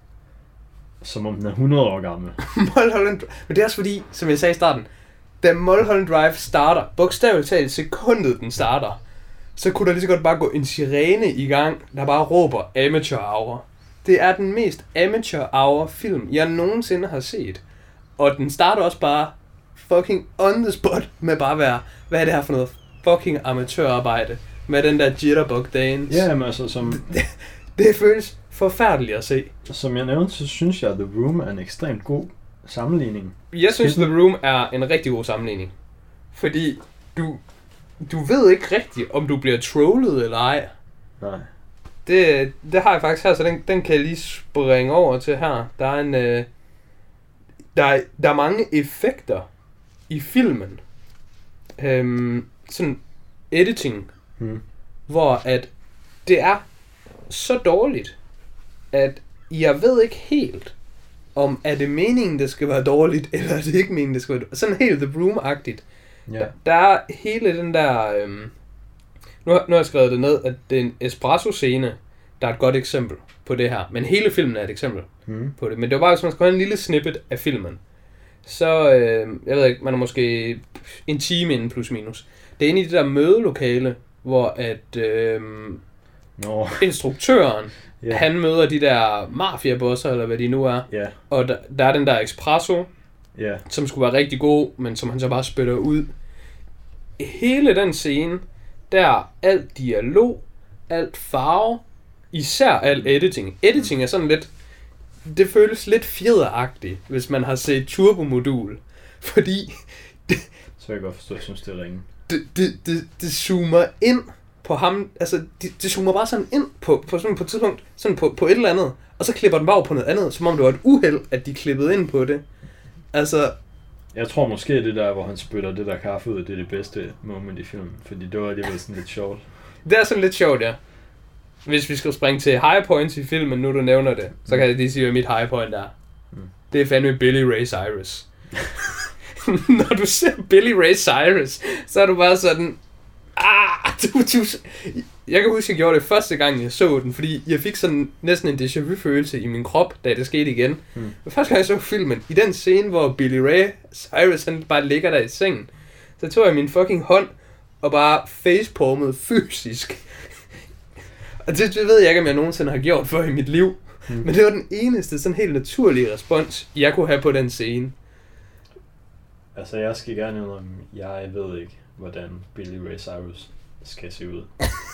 som om den er hundrede år gammel. Mulholland Drive. Men det er også fordi, som jeg sagde i starten, da Mulholland Drive starter, bogstaveligt talt sekundet den starter, så kunne der lige så godt bare gå en sirene i gang, der bare råber amateur hour. Det er den mest amateur hour film, jeg nogensinde har set. Og den starter også bare fucking on the spot med bare at være, hvad er det her for noget fucking amatørarbejde med den der jitterbug dance. Ja, men altså, som, Det føles forfærdeligt at se. som jeg nævnte, så synes jeg, at The Room er en ekstremt god sammenligning. Jeg synes, The Room er en rigtig god sammenligning. Fordi du, du ved ikke rigtigt, om du bliver trollet eller ej. Nej. Det, det har jeg faktisk her, så den, den kan jeg lige springe over til her. Der er en... Øh, der, er, der er mange effekter i filmen. Øhm, sådan editing, Hmm. hvor at det er så dårligt, at jeg ved ikke helt, om er det meningen, det skal være dårligt, eller er det ikke meningen, det skal være dårligt. Sådan helt The Room-agtigt. Ja. Der, der er hele den der... Øhm, nu, har, nu har jeg skrevet det ned, at det er en espresso-scene, der er et godt eksempel på det her. Men hele filmen er et eksempel Hmm. på det. Men det var bare, hvis man skulle have en lille snippet af filmen. Så, øh, jeg ved ikke, man er måske en time inden plus minus. Det er inde i det der mødelokale, hvor at øh, Nå, instruktøren, ja. han møder de der mafia-bosser, eller hvad de nu er. Ja, Og der, der er den der espresso, ja. som skulle være rigtig god, men som han så bare spytter ud. Hele den scene, der alt dialog, alt farve, især alt editing. Editing er sådan lidt, det føles lidt fjederagtigt, hvis man har set Turbo-modul. Fordi Så jeg kan godt forstå, at jeg synes, det er ringe. det, det, det, det zoomer ind på ham, altså det, det zoomer bare sådan ind på, på sådan på et tidspunkt, sådan på, på et eller andet, og så klipper den bare over på noget andet, som om det var et uheld, at de klippede ind på det. Altså, Jeg tror måske det der, hvor han spytter det der kaffe ud, det er det bedste moment i filmen, fordi det var alligevel sådan lidt sjovt. Det er sådan lidt sjovt, ja. Hvis vi skal springe til high points i filmen, nu du nævner det, så kan jeg lige sige, hvad mit high point er. Mm. Det er fandme Billy Ray Cyrus. Når du ser Billy Ray Cyrus, så er du bare sådan, ah, du, du. Jeg kan huske, jeg gjorde det første gang, jeg så den, fordi jeg fik sådan næsten en déjà vu-følelse i min krop, da det skete igen. Mm. Første gang jeg så filmen, i den scene, hvor Billy Ray Cyrus, han bare ligger der i sengen, så tog jeg min fucking hånd og bare facepalmede fysisk. Og det, det ved jeg ikke, om jeg nogensinde har gjort før i mit liv. Mm. Men det var den eneste sådan helt naturlige respons, jeg kunne have på den scene. Altså, jeg skal gerne indrømme, jeg ved ikke, hvordan Billy Ray Cyrus skal se ud.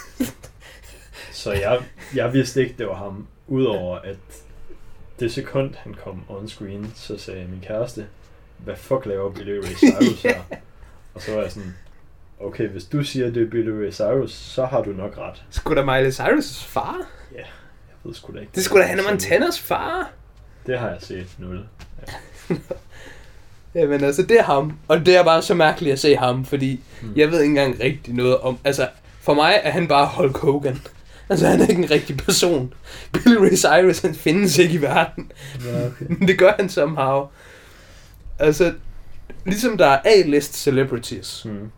Så jeg, jeg vidste ikke, det var ham. Udover at det sekund, han kom on screen, så sagde min kæreste, hvad fuck laver Billy Ray Cyrus her? Og så var jeg sådan, okay, hvis du siger, det er Billy Ray Cyrus, så har du nok ret. Skulle da Miley Cyrus' far? Ja, jeg ved sgu da ikke. Det skulle da Hannah Montanas far? Det har jeg set, nul. Ja. Jamen altså, det er ham. Og det er bare så mærkeligt at se ham, fordi hmm. jeg ved ikke engang rigtig noget om... Altså, for mig er han bare Hulk Hogan. Altså, han er ikke en rigtig person. Billy Ray Cyrus, han findes ikke i verden. Ja, okay. Det gør han somehow. Altså, ligesom der er A-list celebrities, hmm.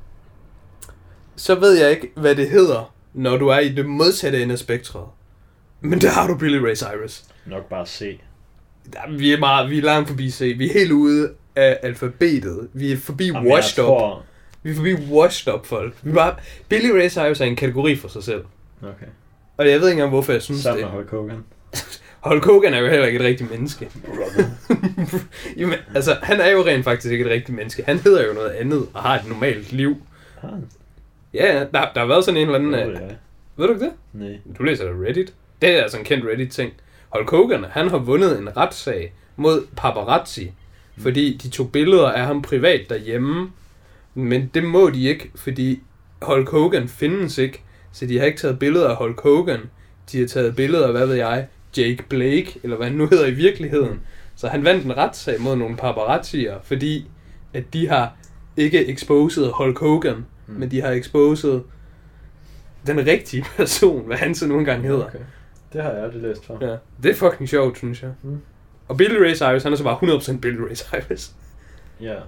så ved jeg ikke, hvad det hedder, når du er i det modsatte ende af spektret. Men der har du Billy Ray Cyrus. Nok bare C. Ja, vi er meget, vi er langt forbi C. Vi er helt ude af alfabetet. Vi er forbi Jamen, washed up. Tror... Vi er forbi washed up folk. Vi bare... Billy Ray Cyrus er en kategori for sig selv. Okay. Og jeg ved ikke engang, hvorfor jeg synes Sammen det. Sammen med Hulk Hogan. Hulk Hogan er jo heller ikke et rigtigt menneske. Jamen, altså, han er jo rent faktisk ikke et rigtigt menneske. Han hedder jo noget andet og har et normalt liv. Har han? Ja, der, der har været sådan en eller anden... Ved, uh... ved du ikke det? Nej. Du læser da Reddit. Det er altså en kendt Reddit-ting. Hulk Hogan, han har vundet en retssag mod paparazzi, mm. fordi de tog billeder af ham privat derhjemme. Men det må de ikke, fordi Hulk Hogan findes ikke. Så de har ikke taget billeder af Hulk Hogan. De har taget billeder af, hvad ved jeg, Jake Blake, eller hvad han nu hedder i virkeligheden. Mm. Så han vandt en retssag mod nogle paparazzier, fordi at de har ikke exposed Hulk Hogan, mm. men de har exposed den rigtige person, hvad han så nogle gange hedder. Okay. Det har jeg aldrig læst for. Ja, det er fucking sjovt, synes jeg. Mm. Og Billy Ray Cyrus, han er så bare hundrede procent Billy Ray Cyrus. Ja. Yeah.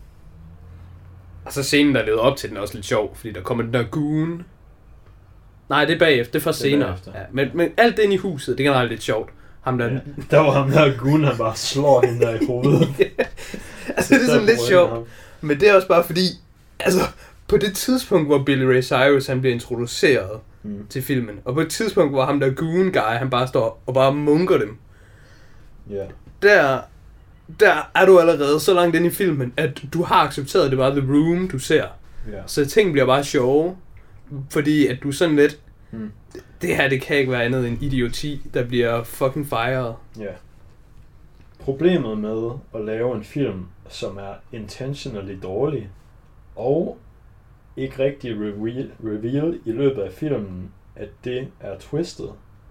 Og så scenen, der levede op til den, er også lidt sjov, fordi der kommer den der goon. Nej, det er bagefter, det er først senere. Ja, men, men alt det inde i huset, det er generelt lidt sjovt. Ham der... Ja, der var ham der goon, han bare slår hende der i hovedet. Ja. Altså, det er sådan lidt sjovt. Men det er også bare fordi, altså, på det tidspunkt, hvor Billy Ray Cyrus, han bliver introduceret mm. til filmen, og på et tidspunkt, hvor ham der goon guy, han bare står og bare munker dem. Ja. Yeah. Der, der er du allerede så langt inde i filmen, at du har accepteret, at det var The Room, du ser. Yeah. Så ting bliver bare sjove, fordi at du sådan lidt, mm. det, det her, det kan ikke være andet end idioti, der bliver fucking fejret. Ja. Yeah. Problemet med at lave en film, som er intentionally dårlig, og ikke rigtig reveal, reveal i løbet af filmen, at det er twistet,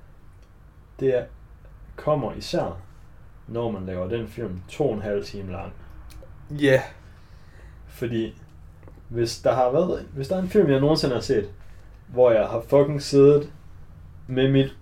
det er, kommer især, når man laver den film to og en halv time lang. Ja. Yeah. Fordi, hvis der har været, hvis der er en film, jeg nogensinde har set, hvor jeg har fucking siddet med mit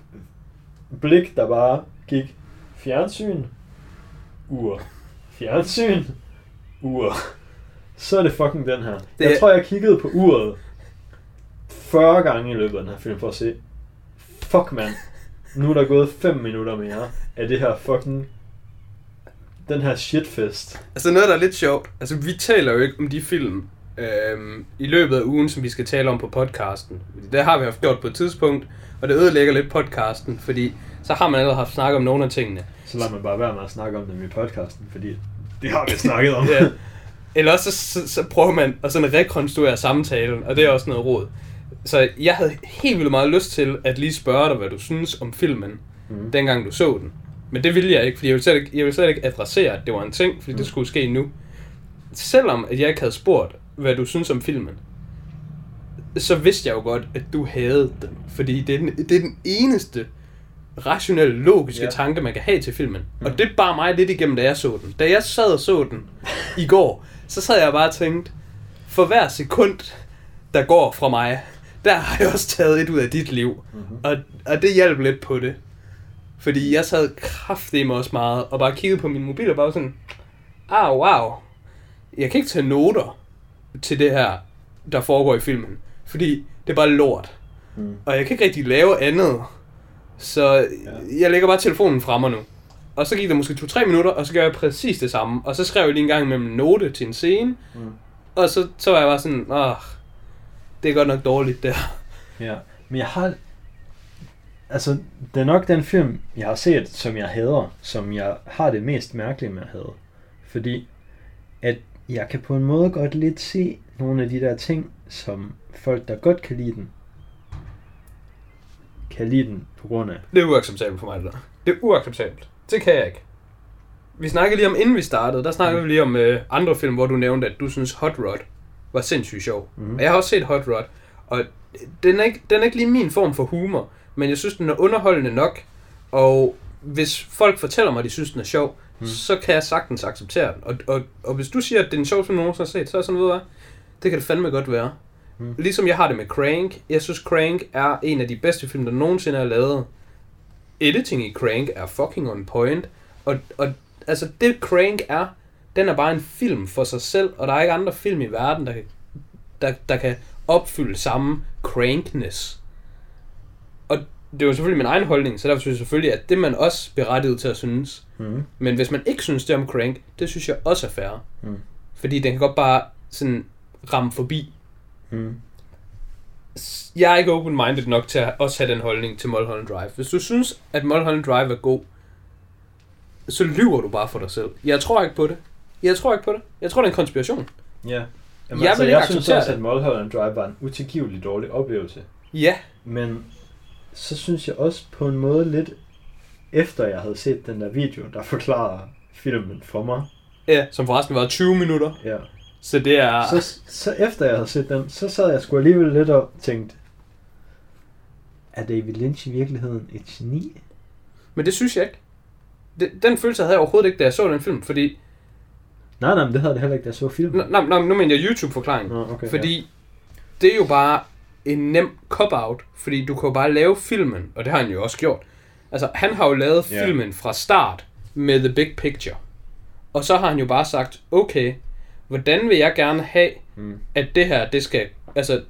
blik, der bare gik fjernsyn, ur, fjernsyn, ur, så er det fucking den her. Det jeg er... tror, jeg kiggede på uret fyrre gange i løbet af den her film for at se, fuck man, nu er der gået fem minutter mere af det her fucking, den her shitfest. Altså noget, der er lidt sjovt, altså vi taler jo ikke om de film øhm, i løbet af ugen, som vi skal tale om på podcasten. Det har vi haft gjort på et tidspunkt, og det ødelægger lidt podcasten, fordi så har man allerede haft snakket om nogle af tingene. Så lader man bare være med at snakke om dem i podcasten, fordi det har vi snakket om. Ja. Eller også så, så, så prøver man at sådan rekonstruere samtalen, og det er også noget råd. Så jeg havde helt vildt meget lyst til at lige spørge dig, hvad du synes om filmen, mm. dengang du så den. Men det ville jeg ikke, fordi jeg ville slet ikke, jeg ville slet ikke adressere, at det var en ting, fordi mm. det skulle ske nu. Selvom at jeg ikke havde spurgt, hvad du synes om filmen, så vidste jeg jo godt, at du havde den. Fordi det er den, det er den eneste rationelle, logiske ja. tanke, man kan have til filmen. Mm. Og Mm. det bar mig lidt igennem, da jeg så den. Da jeg sad og så den i går, så sad jeg bare og tænkte, for hver sekund, der går fra mig, der har jeg også taget et ud af dit liv. Mm-hmm. Og, og det hjalp lidt på det. Fordi jeg sad kraftedeme også meget, og bare kiggede på min mobil og bare sådan, ah, wow, jeg kan ikke tage noter til det her, der foregår i filmen. Fordi det er bare lort. Mm. Og jeg kan ikke rigtig lave andet. Så ja. jeg lægger bare telefonen fremme nu. Og så gik der måske to-tre minutter, og så gør jeg præcis det samme. Og så skrev jeg lige en gang med en note til en scene. Mm. Og så, så var jeg bare sådan, åh, det er godt nok dårligt der. Ja, men jeg har... Altså, det er nok den film, jeg har set, som jeg hader, som jeg har det mest mærkelige med at hade. Fordi, at jeg kan på en måde godt lidt se nogle af de der ting, som folk, der godt kan lide den, kan lide den på grund af. Det er uacceptabelt for mig, det der. Det er uacceptabelt. Det kan jeg ikke. Vi snakkede lige om, inden vi startede, der snakkede mm. vi lige om øh, andre film, hvor du nævnte, at du synes Hot Rod var sindssygt sjov. Mm. Og jeg har også set Hot Rod, og den er, ikke, den er ikke lige min form for humor, men jeg synes, den er underholdende nok, og hvis folk fortæller mig, at de synes, den er sjov, mm. så kan jeg sagtens acceptere den. Og, og, og hvis du siger, at det er en sjov film, nogen har set, så er jeg sådan, ved hvad, det kan det fandme godt være. Mm. Ligesom jeg har det med Crank. Jeg synes, Crank er en af de bedste film, der nogensinde er lavet. Editing i Crank er fucking on point. Og, og altså, det Crank er, den er bare en film for sig selv, og der er ikke andre film i verden, der kan, der, der kan opfylde samme crankness. Og det er jo selvfølgelig min egen holdning, så derfor synes jeg selvfølgelig, at det man også berettiget til at synes. Mm. Men hvis man ikke synes det om Crank, det synes jeg også er fair. Mm. Fordi den kan godt bare sådan ramme forbi. Mm. Jeg er ikke open-minded nok til at også have den holdning til Mulholland Drive. Hvis du synes, at Mulholland Drive er god, så lyver du bare for dig selv. Jeg tror ikke på det. Jeg tror ikke på det. Jeg tror, det er en konspiration. Ja. Jamen, jeg altså, vil jeg ikke synes også, at Mulholland Drive var en utilgivelig dårlig oplevelse. Ja. Men så synes jeg også på en måde lidt, efter jeg havde set den der video, der forklarer filmen for mig. Ja, som forresten var tyve minutter. Ja. Så det er... Så, så efter jeg havde set den, så sad jeg sgu alligevel lidt og tænkte, er David Lynch i virkeligheden et geni? Men det synes jeg ikke. Det, den følelse havde jeg overhovedet ikke, da jeg så den film, fordi... Nej, nej, men det havde det heller ikke, da jeg så filmen. Nej, nej, nu mener jeg YouTube-forklaring. Nå, okay, fordi ja. det er jo bare en nem cop-out, fordi du kan jo bare lave filmen, og det har han jo også gjort. Altså, han har jo lavet yeah. filmen fra start med the big picture. Og så har han jo bare sagt, okay, hvordan vil jeg gerne have, mm. at det her, det skal... Altså,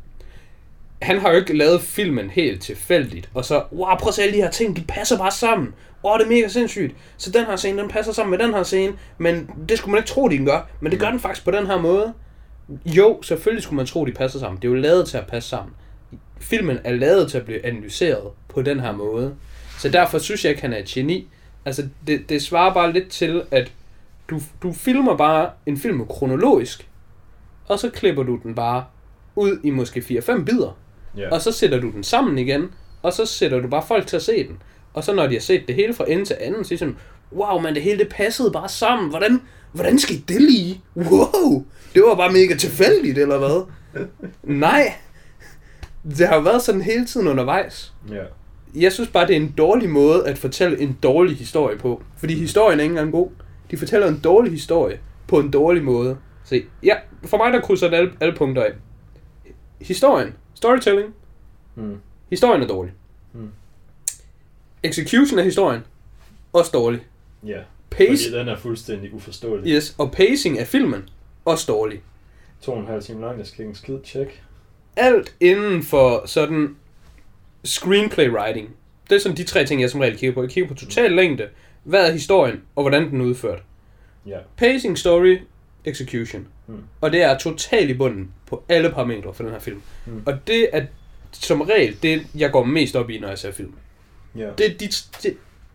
han har jo ikke lavet filmen helt tilfældigt, og så, wow, prøv at se alle de her ting, de passer bare sammen. Åh, oh, det er mega sindssygt. Så den her scene, den passer sammen med den her scene, men det skulle man ikke tro, de den gør. Men det gør den faktisk på den her måde. Jo, selvfølgelig skulle man tro, de passer sammen. Det er jo lavet til at passe sammen. Filmen er lavet til at blive analyseret på den her måde. Så derfor synes jeg ikke, han er et geni. Altså, det, det svarer bare lidt til, at du, du filmer bare en film kronologisk, og så klipper du den bare ud i måske fire fem bidder. Yeah. Og så sætter du den sammen igen, og så sætter du bare folk til at se den. Og så når de har set det hele fra ende til anden, så siger de, wow, man, det hele det passede bare sammen. Hvordan, hvordan skete det lige? Wow, det var bare mega tilfældigt, eller hvad? Nej, det har jo været sådan hele tiden undervejs. Yeah. Jeg synes bare, det er en dårlig måde at fortælle en dårlig historie på. Fordi historien er ikke engang god. De fortæller en dårlig historie på en dårlig måde. Så ja, for mig der krydser det alle, alle punkter af. Historien, storytelling, mm. historien er dårlig. Mm. Execution af historien, også dårlig. Ja, yeah, Pace, fordi den er fuldstændig uforståelig. Yes, og pacing af filmen, også dårlig. To og en halv time lang, jeg skal ikke en skid, check. Alt inden for sådan screenplay writing. Det er sådan de tre ting, jeg som regel kigger på. Jeg kigger på total længde, hvad er historien, og hvordan den er udført. Yeah. Pacing, story, execution. Mm. Og det er totalt i bunden på alle parametre for den her film. Mm. Og det er som regel det, jeg går mest op i, når jeg ser film. Yeah. Det er de, de,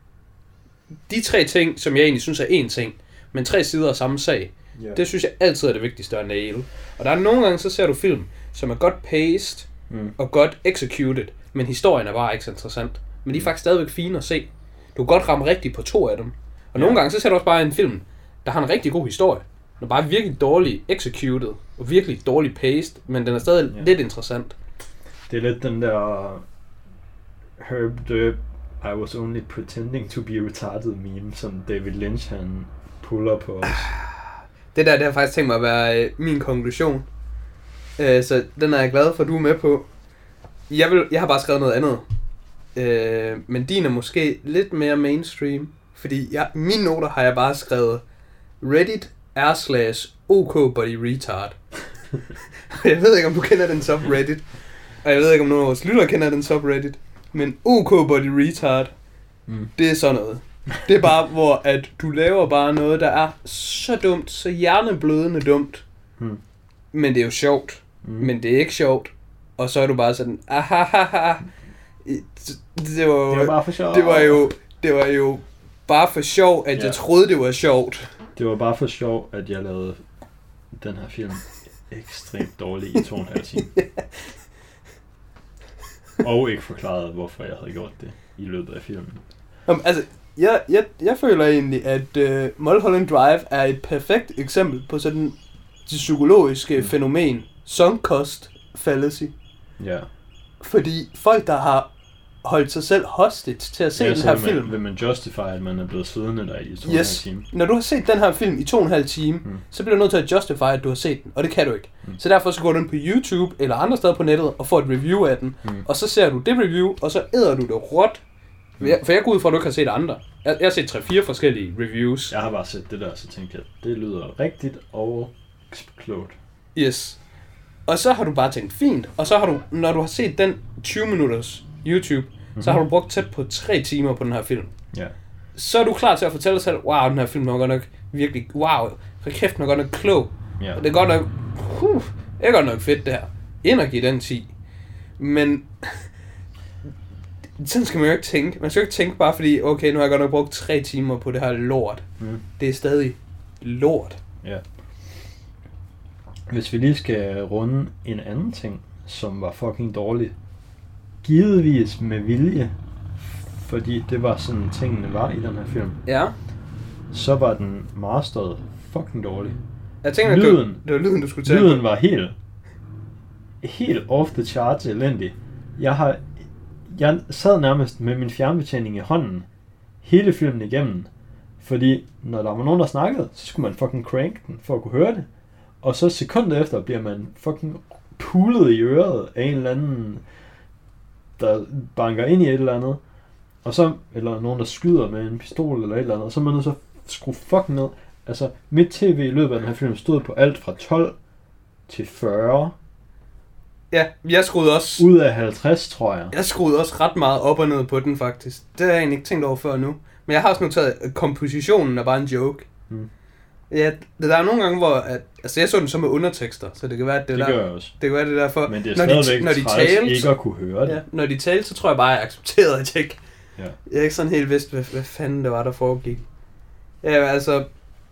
de tre ting, som jeg egentlig synes er én ting, men tre sider af samme sag. Yeah. Det synes jeg altid er det vigtigste at nail. Og der er nogle gange, så ser du film, som er godt paced mm. og godt executed, men historien er bare ikke så interessant. Men de er faktisk stadigvæk fine at se. Du kan godt ramme rigtigt på to af dem. Og yeah. nogle gange, så ser du også bare en film, der har en rigtig god historie. Den er bare virkelig dårligt executed, og virkelig dårligt paced, men den er stadig yeah. lidt interessant. Det er lidt den der Herb the I was only pretending to be retarded meme, som David Lynch han puller på os. Det der, det har faktisk tænkt mig at være øh, min konklusion. Øh, så den er jeg glad for, at du er med på. Jeg, vil, jeg har bare skrevet noget andet. Øh, men din er måske lidt mere mainstream. Fordi jeg, mine noter har jeg bare skrevet Reddit r slash OK body retard. Jeg ved ikke, om du kender den subreddit. Og jeg ved ikke, om nogen af vores lyttere kender den subreddit. Men OK body retard, mm. det er sådan noget. Det er bare, hvor at du laver bare noget, der er så dumt, så hjerneblødende dumt. Mm. Men det er jo sjovt. Mm. Men det er ikke sjovt. Og så er du bare sådan, ahahaha. Det var, det var bare for sjov. Det var jo, det var jo bare for sjov, at ja. Jeg troede, det var sjovt. Det var bare for sjov, at jeg lavede den her film ekstremt dårlig i to og en halv time. Og ikke forklaret, hvorfor jeg havde gjort det i løbet af filmen. Um, altså, jeg, jeg, jeg føler egentlig, at uh, Mulholland Drive er et perfekt eksempel på sådan det psykologiske mm. fænomen, sunk cost fallacy. Ja. Fordi folk, der har holdt sig selv hostage til at se ja, den her vil film... Man, vil man justify, at man er blevet siddende der i to og en halv yes. time? Når du har set den her film i to og en halv time, mm. så bliver du nødt til at justify, at du har set den, og det kan du ikke. Mm. Så derfor så går du ind på YouTube eller andre steder på nettet og får et review af den, mm. og så ser du det review, og så æder du det råt. Mm. For jeg går ud fra, at du ikke har set andre. Jeg, jeg har set tre fire forskellige reviews. Jeg har bare set det der, så tænkte jeg, det lyder rigtigt og klogt. Yes. Og så har du bare tænkt, fint, og så har du, når du har set den tyve minutters YouTube, mm-hmm. så har du brugt tæt på tre timer på den her film. Ja. Så er du klar til at fortælle dig selv, wow, den her film er godt nok virkelig, wow, for kæft, den er godt nok klog. Ja. Og det er godt nok, uh, det er godt nok fedt det her. Ind og give den ti. Men sådan skal man jo ikke tænke. Man skal jo ikke tænke bare fordi, okay, nu har jeg godt nok brugt tre timer på det her lort. Mm. Det er stadig lort. Ja. Hvis vi lige skal runde en anden ting, som var fucking dårlig. Givetvis med vilje, fordi det var sådan tingene var i den her film. Ja. Så var den masteret fucking dårlig. Jeg tænker, lyden, det, var, det var lyden, du skulle tage. Lyden var helt, helt off the charts elendig. Jeg har, jeg sad nærmest med min fjernbetjening i hånden hele filmen igennem, fordi når der var nogen, der snakkede, så skulle man fucking crank den for at kunne høre det. Og så sekunder efter bliver man fucking pulet i øret af en eller anden, der banker ind i et eller andet. Og så, eller nogen, der skyder med en pistol eller et eller andet. Og så er man nødt til at skrue fucking ned. Altså, mit tv i løbet af den her film stod på alt fra tolv til fyrre. Ja, jeg skruede også... Ud af halvtreds, tror jeg. Jeg skruede også ret meget op og ned på den, faktisk. Det har jeg egentlig ikke tænkt over før nu. Men jeg har også noteret, at kompositionen er bare en joke. Hmm. Ja, der er nogle gange, hvor... At, altså, jeg så den så med undertekster, så det kan være, at det, det der... gør jeg også. Det kan være, det derfor... Men det er stadigvæk når de, når de talte, ikke at kunne høre det. Ja, når de talte, så tror jeg bare, at jeg accepterede, at jeg ikke... Ja. Jeg er ikke sådan helt vidst, hvad, hvad fanden det var, der foregik. Ja, altså...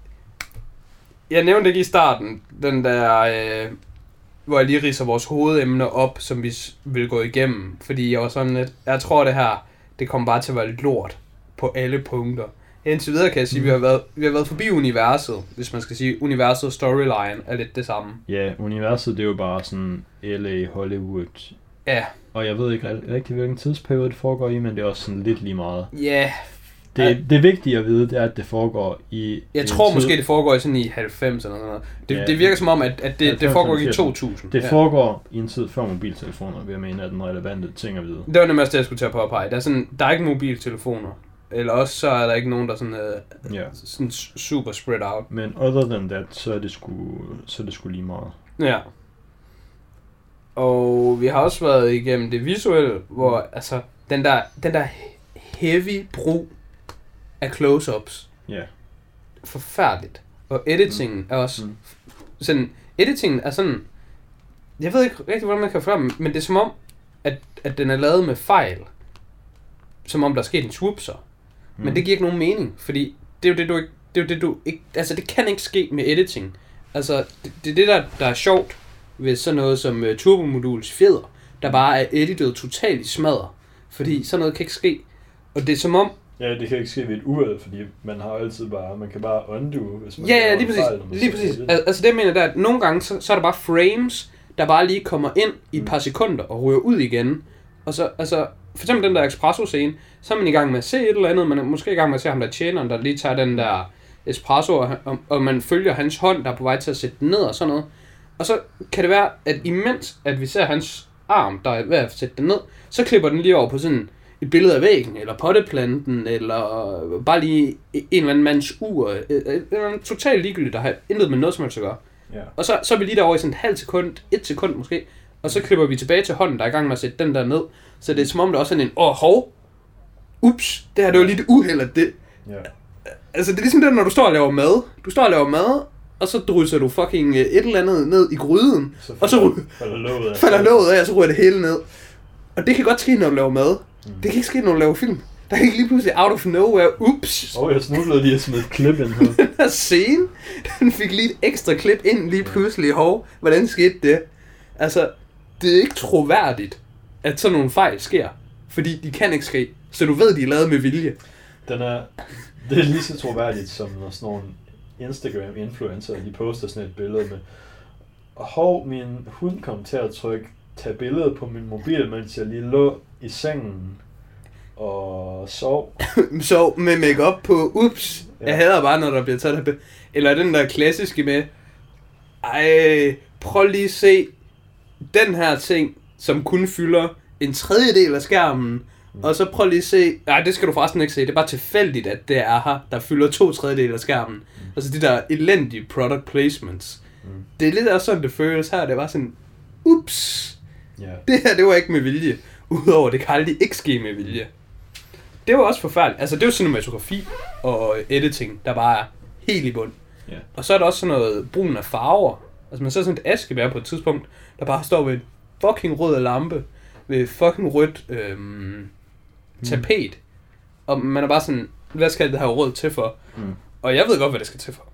Jeg nævnte ikke i starten, den der... Øh, hvor jeg lige ridser vores hovedemner op, som vi vil gå igennem. Fordi jeg var sådan lidt... Jeg tror, det her... Det kommer bare til at være lort på alle punkter. Indtil videre kan jeg sige, at mm. vi har været, vi har været forbi universet, hvis man skal sige, universet og storyline er lidt det samme. Ja, universet det er jo bare sådan L A, Hollywood. Ja. Og jeg ved ikke rigtig, hvilken tidsperiode det foregår i, men det er også sådan lidt lige meget. Ja. Det, ja. Det vigtige at vide, det er, at det foregår i... Jeg tror tid. Måske, det foregår i sådan i halvfems eller noget. Det, ja, det virker som om, at, at det, det foregår i to tusind. Det ja. Foregår i en tid før mobiltelefoner, vil jeg mene, at den relevante ting at vide. Det var nemlig også det, jeg skulle til at påpege. Der er, sådan, der er ikke mobiltelefoner. Eller også så er der ikke nogen, der sådan, øh, yeah. sådan super spread out. Men other than that, så er det sgu, så er det sgu lige meget. Ja. Og vi har også været igennem det visuelle, hvor altså, den der, den der heavy brug af close-ups. Ja. Yeah. Forfærdeligt. Og editingen mm. er også... Mm. Sådan, editingen er sådan... Jeg ved ikke rigtig, hvordan man kan forklare men det er som om, at, at den er lavet med fejl. Som om der er sket en swoopser. Mm. Men det giver ikke nogen mening, fordi det er jo det, du ikke... Det er jo det, du ikke... Altså, det kan ikke ske med editing. Altså, det, det er det, der, der er sjovt ved sådan noget som uh, turbomoduls fjeder, der bare er editet totalt i smadret. Fordi sådan noget kan ikke ske. Og det er som om... Ja, det kan ikke ske ved et uheld, fordi man har altid bare... Man kan bare undo, hvis man... Ja, ja, lige præcis. Fejl, lige præcis. Al- altså, det jeg mener, der at nogle gange, så, så er der bare frames, der bare lige kommer ind i et par sekunder og ryger ud igen. Og så, altså... for eksempel den der espresso-scene, så er man i gang med at se et eller andet, man er måske i gang med at se ham der tjeneren, der lige tager den der espresso, og, og, og man følger hans hånd, der er på vej til at sætte den ned og sådan noget. Og så kan det være, at imens at vi ser hans arm, der er ved at sætte den ned, så klipper den lige over på sådan et billede af væggen, eller potteplanten, eller bare lige en eller anden mands ur, eller totalt ligegyldigt, der har intet med noget som helst at gøre. Yeah. Og så, så er vi lige derovre i sådan et halvt sekund, et sekund måske, og så klipper vi tilbage til hånden, der er i gang med at sætte den der ned. Så det er som om, der også er sådan en, åh, hov, ups, det her det var lidt uheld, at det... Yeah. Altså, det er ligesom det, når du står og laver mad. Du står og laver mad, og så drysser du fucking et eller andet ned i gryden, så og så falder låget af, falder låget af, og så ryger det hele ned. Og det kan godt ske, når du laver mad. Mm. Det kan ikke ske, når du laver film. Der kan ikke lige pludselig out of nowhere, ups. Åh, oh, jeg snublede lige at smide et klip ind her. Den her scene, den fik lige et ekstra klip ind lige pludselig. Hov, hvordan skete det? Altså, det er ikke troværdigt, at sådan nogle fejl sker. Fordi de kan ikke ske. Så du ved, de er lavet med vilje. Den er, det er lige så troværdigt, som når sådan nogle Instagram-influencer, de poster sådan et billede med, hov, min hund kom til at trykke, tage billedet på min mobil, mens jeg lige lå i sengen og sov. Sov med makeup på, ups, ja. Jeg hader bare, når der bliver taget af. Eller den der klassiske med, ej, prøv lige at se den her ting, som kun fylder en tredjedel af skærmen, mm. og så prøv lige at se, nej, det skal du forresten ikke se, det er bare tilfældigt, at det er her, der fylder to tredjedel af skærmen. Mm. Altså de der elendige product placements. Mm. Det er lidt også sådan, det føles her, det var sådan, ups, yeah. Det her, det var ikke med vilje, udover det kan aldrig ikke ske med vilje. Det var også forfærdeligt, altså det er jo cinematografi og editing, der bare er helt i bund. Yeah. Og så er der også sådan noget brun af farver, altså man ser sådan et askebær på et tidspunkt, der bare står ved en fucking rød lampe, ved fucking rødt øhm, tapet, mm. og man er bare sådan, hvad skal det have råd til for? Mm. Og jeg ved godt, hvad det skal til for.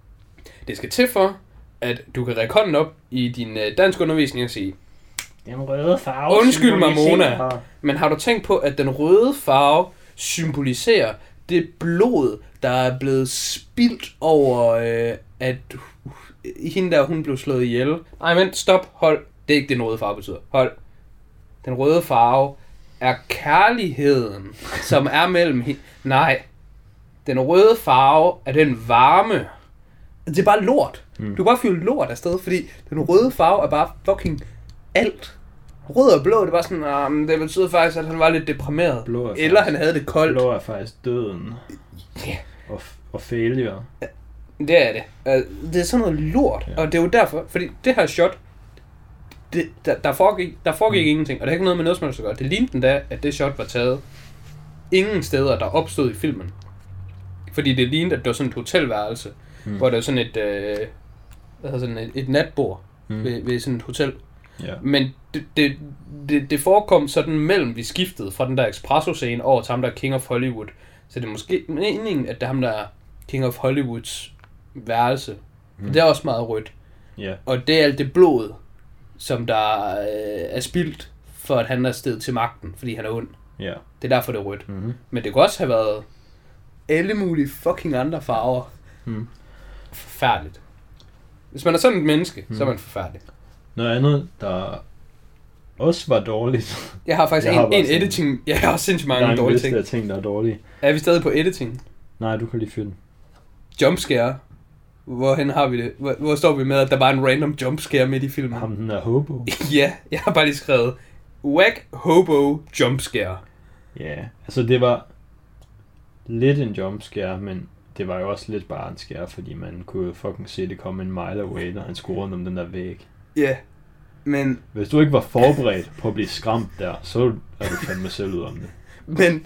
Det skal til for, at du kan række hånden op i din øh, dansk undervisning og sige, den røde farve. Undskyld mig, Mona, men har du tænkt på, at den røde farve symboliserer det blod, der er blevet spildt over, øh, at uh, hende der, hun blev slået ihjel? Nej, vent, stop, hold. Det er ikke det, den røde farve betyder. Hold. Den røde farve er kærligheden, som er mellem hende. Nej. Den røde farve er den varme. Det er bare lort. Mm. Du kan bare fylde lort afsted, fordi den røde farve er bare fucking alt. Rød og blå, det var sådan, um, det betyder faktisk, at han var lidt deprimeret. Eller faktisk, han havde det koldt. Blå er faktisk døden. Yeah. Og, og failure. Ja, det er det. Uh, det er sådan noget lort. Ja. Og det er jo derfor, fordi det her shot, det, der, der foregik, der foregik mm. ingenting. Og det har ikke noget med noget som helst at gøre. Det lignede da, at det shot var taget ingen steder, der opstod i filmen. Fordi det lignede, at det var sådan et hotelværelse, mm. hvor der var sådan et, øh, hvad hedder sådan et, et natbord mm. ved, ved sådan et hotel. Yeah. Men det, det, det, det forekom sådan mellem, vi skiftede fra den der espresso-scene over til ham, der er King of Hollywood. Så det er måske meningen, at det er ham, der er King of Hollywoods værelse. Mm. Det er også meget rødt. Yeah. Og det er alt det blod, som der øh, er spildt, for at han er stedet til magten, fordi han er ond. Yeah. Det er derfor, det er rødt. Mm-hmm. Men det kunne også have været alle mulige fucking andre farver. Mm. Forfærdeligt. Hvis man er sådan et menneske, mm. så er man forfærdelig. Noget andet, der også var dårligt. Jeg har faktisk jeg en, har en sådan, editing. Jeg har også sindssygt mange dårlige ting. Der er ting, der er dårlige. Er vi stadig på editing? Nej, du kan lige fyre den. Jumpscare. Hvorhen har vi det? Hvor, hvor står vi med, at der bare er en random jumpscare midt i filmen? Ham den er hobo. Ja, jeg har bare lige skrevet whack hobo jumpscare. Ja, altså det var lidt en jumpscare, men det var jo også lidt bare en scare, fordi man kunne fucking se det komme en mile away, når han skulle rundt om den der væg. Ja, yeah, men... Hvis du ikke var forberedt på at blive skræmt der, så er du fandme selv ud om det. Men...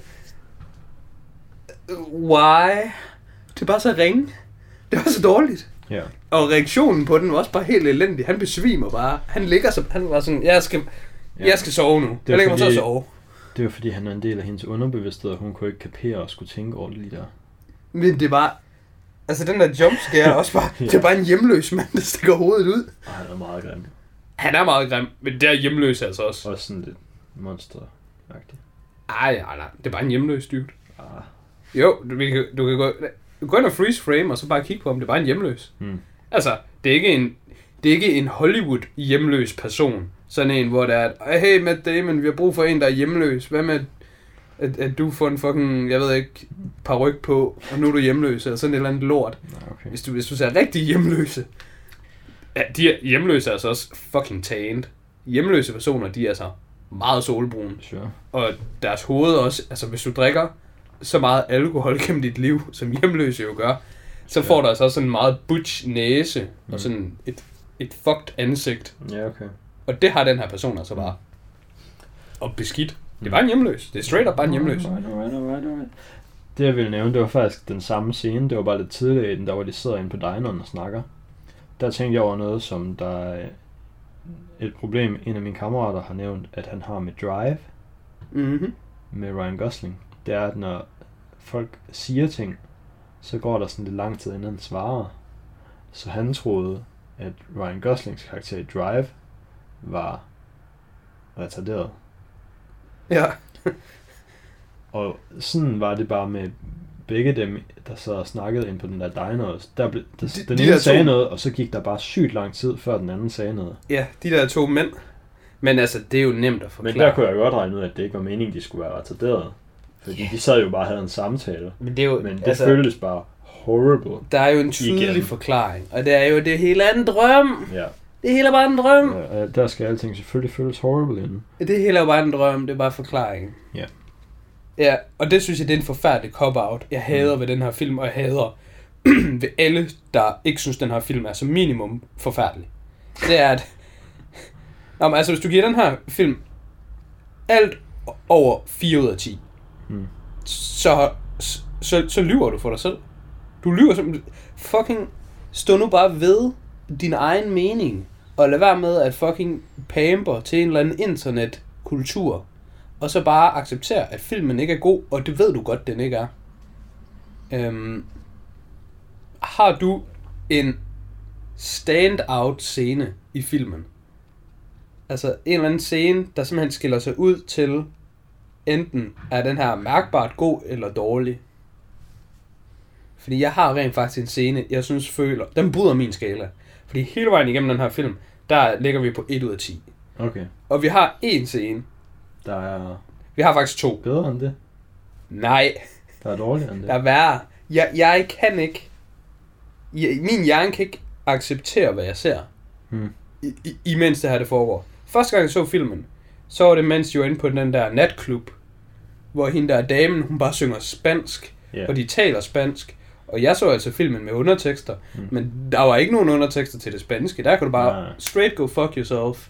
Why? Det er bare så ringe. Det var så dårligt. Ja. Og reaktionen på den var også bare helt elendig. Han besvimer bare. Han ligger så... Han var sådan, jeg skal, ja. jeg skal sove nu. Jeg lægger mig så at sove. Det var fordi, han er en del af hendes underbevidsthed, og hun kunne ikke kapere og skulle tænke ordentligt der. Men det var... Altså den der jumpscare også bare... ja. Det er bare en hjemløs mand, der stikker hovedet ud. Og han er meget grim. Han er meget grim, men det er hjemløs altså også. Også sådan lidt monster-agtigt. Ej, nej, nej. Det er bare en hjemløs dude. Ah. Jo, du, du, kan, du kan gå... Du kan gå ind og freeze frame, og så bare kigge på, om det er bare en hjemløs. Hmm. Altså, det er ikke en det er ikke en Hollywood hjemløs person. Sådan en, hvor der er, hey Matt Damon, vi har brug for en, der er hjemløs. Hvad med, at, at du får en fucking, jeg ved ikke, paryk på, og nu er du hjemløs, eller sådan et eller andet lort. Okay. Hvis du, hvis du ser rigtig hjemløse. Ja, de er hjemløse er altså også fucking tanned. Hjemløse personer, de er altså meget solbrune. Sure. Og deres hoved også, altså hvis du drikker så meget alkohol gennem dit liv, som hjemløse jo gør, så får ja. du altså også sådan en meget butch næse, mm. og sådan et, et fucked ansigt. Ja, okay. Og det har den her person altså bare. Og beskidt. Det er bare en hjemløs. Det er straight up bare en hjemløs. Alright, alright, alright, alright. Det jeg ville nævne, det var faktisk den samme scene. Det var bare lidt tidligere i den, der hvor de sidder inde på dineren og snakker. Der tænkte jeg over noget, som der er et problem. En af mine kammerater har nævnt, at han har med Drive. Mm-hmm. Med Ryan Gosling. Det er, at når folk siger ting, så går der sådan lidt lang tid, inden han svarer. Så han troede, at Ryan Goslings karakter i Drive var retarderet. Ja. Og sådan var det bare med begge dem, der sad og snakkede ind på den der diner. Der ble, der, de, den de ene sagde to... noget, og så gik der bare sygt lang tid, før den anden sagde noget. Ja, de der to mænd. Men altså, det er jo nemt at forklare. Men der kunne jeg godt regne ud, at det ikke var meningen, de skulle være retarderet. Fordi yeah. de sad jo bare og havde en samtale. Men det, er jo, Men det altså, føltes bare horrible. Der er jo en tydelig igen. forklaring, og det er jo det hele er en drøm. Ja. Det hele er bare en drøm. Ja, der skal alting selvfølgelig føles horrible inden. Det hele er bare en drøm, det er bare forklaringen. Ja. Ja, og det synes jeg, det er en forfærdelig cop-out. Jeg hader mm. ved den her film, og jeg hader ved alle, der ikke synes, den her film er som minimum forfærdelig. Det er, at... Nå, men altså, hvis du giver den her film alt over fire ud af ti, mm. så, så, så lyver du for dig selv. Du lyver som... Fucking... Stå nu bare ved din egen mening, og lad være med at fucking pamper til en eller anden internetkultur, og så bare acceptere, at filmen ikke er god, og det ved du godt, den ikke er. Øhm, har du en stand-out scene i filmen? Altså en eller anden scene, der simpelthen skiller sig ud til, enten er den her mærkbart god eller dårlig? Fordi jeg har rent faktisk en scene, jeg synes føler, den bryder min skala. Fordi hele vejen igennem den her film, der ligger vi på et ud af ti. Okay. Og vi har en scene. Der er... Vi har faktisk to. Bedre end det? Nej. Der er dårligere end det? Der er værre. Jeg, jeg kan ikke... Jeg, min hjerne kan ikke acceptere, hvad jeg ser. Hmm. I, i, imens det her det foregår. Første gang jeg så filmen, så var det mens de var inde på den der natklub, hvor hende der damen, hun bare synger spansk, yeah. og de taler spansk. Og jeg så altså filmen med undertekster, hmm. men der var ikke nogen undertekster til det spanske. Der kan du bare Nej. straight go fuck yourself.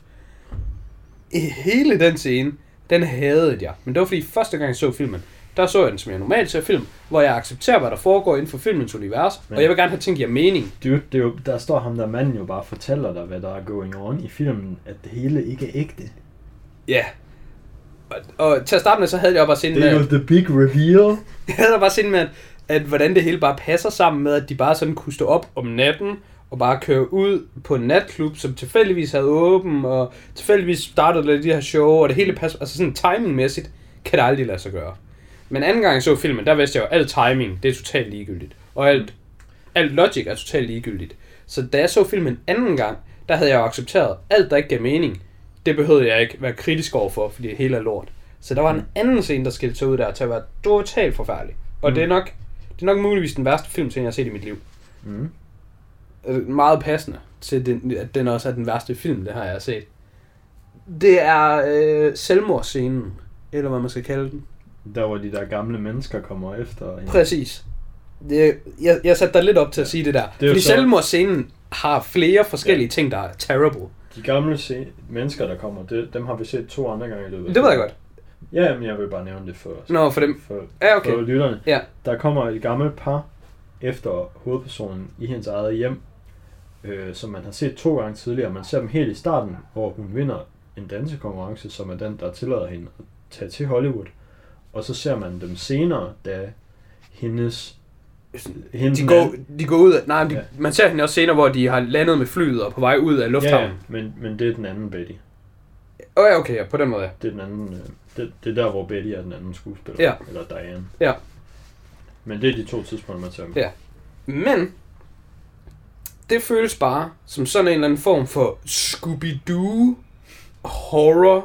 I hele den scene, den hadede jeg. Men det var fordi første gang jeg så filmen, der så jeg den som jeg normalt ser film, hvor jeg accepterer, hvad der foregår inden for filmens univers, men, og jeg vil gerne have ting, der giver mening. Dude, det er jo, der står ham der manden jo bare og fortæller dig, hvad der er going on i filmen, at det hele ikke er ægte. Ja. Og, og til at starte med, så havde jeg bare set med... Det er jo the big reveal. Jeg havde bare set med, at, at hvordan det hele bare passer sammen med, at de bare sådan kunne stå op om natten, og bare køre ud på en natklub, som tilfældigvis havde åben, og tilfældigvis startede lidt de her show, og det hele passer, altså sådan timingmæssigt, kan det aldrig lade sig gøre. Men anden gang jeg så filmen, der vidste jeg jo, at alt timing, det er totalt ligegyldigt. Og alt, alt logic er totalt ligegyldigt. Så da jeg så filmen anden gang, der havde jeg jo accepteret, alt der ikke gav mening, det behøvede jeg ikke være kritisk overfor, fordi det hele er lort. Så der var en anden scene, der skilte sig ud der, til at være totalt forfærdelig. Og mm. det er nok, det er nok muligvis den værste filmscene, jeg har set i mit liv. Mm. Meget passende til, den, at den også er den værste film, det har jeg set. Det er øh, selvmordsscenen, eller hvad man skal kalde den. Der hvor de der gamle mennesker kommer efter. Ja. Præcis. Det, jeg, jeg satte dig lidt op til at sige det der. Det fordi så... selvmordsscenen har flere forskellige ja. ting, der er terrible. De gamle se- mennesker, der kommer, det, dem har vi set to andre gange i løbet. Det ved jeg godt. Ja, men jeg vil bare nævne det for, Nå, for, dem. for, ja, okay. for lytterne. Ja. Der kommer et gammelt par efter hovedpersonen i hendes eget hjem, øh, som man har set to gange tidligere. Man ser dem helt i starten, hvor hun vinder en dansekonkurrence, som er den, der tillader hende at tage til Hollywood. Og så ser man dem senere, da hendes... hendes de, går, de går ud af... Nej, de, ja. Man ser hende også senere, hvor de har landet med flyet og på vej ud af lufthavnen. Ja, men, men det er den anden Betty. Åh oh, ja, okay, ja, på den måde, ja. Det er den anden... Det, det er der, hvor Betty er den anden skuespiller. Ja. Eller Diane. Ja. Men det er de to tidspunkter, man ser dem. Ja. Men... det føles bare som sådan en eller anden form for Scooby-Doo horror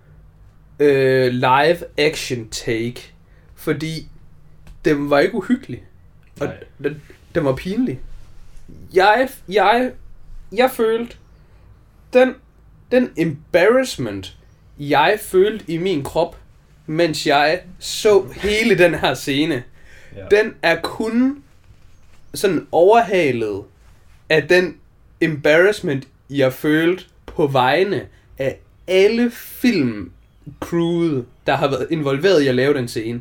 øh, live action take, fordi den var ikke uhyggelig, og den, den var pinlig. Jeg, jeg, jeg følte, den, den embarrassment, jeg følte i min krop, mens jeg så hele den her scene, ja. Den er kun sådan overhalet af den embarrassment, jeg følte på vegne af alle filmcrewet, der har været involveret i at lave den scene.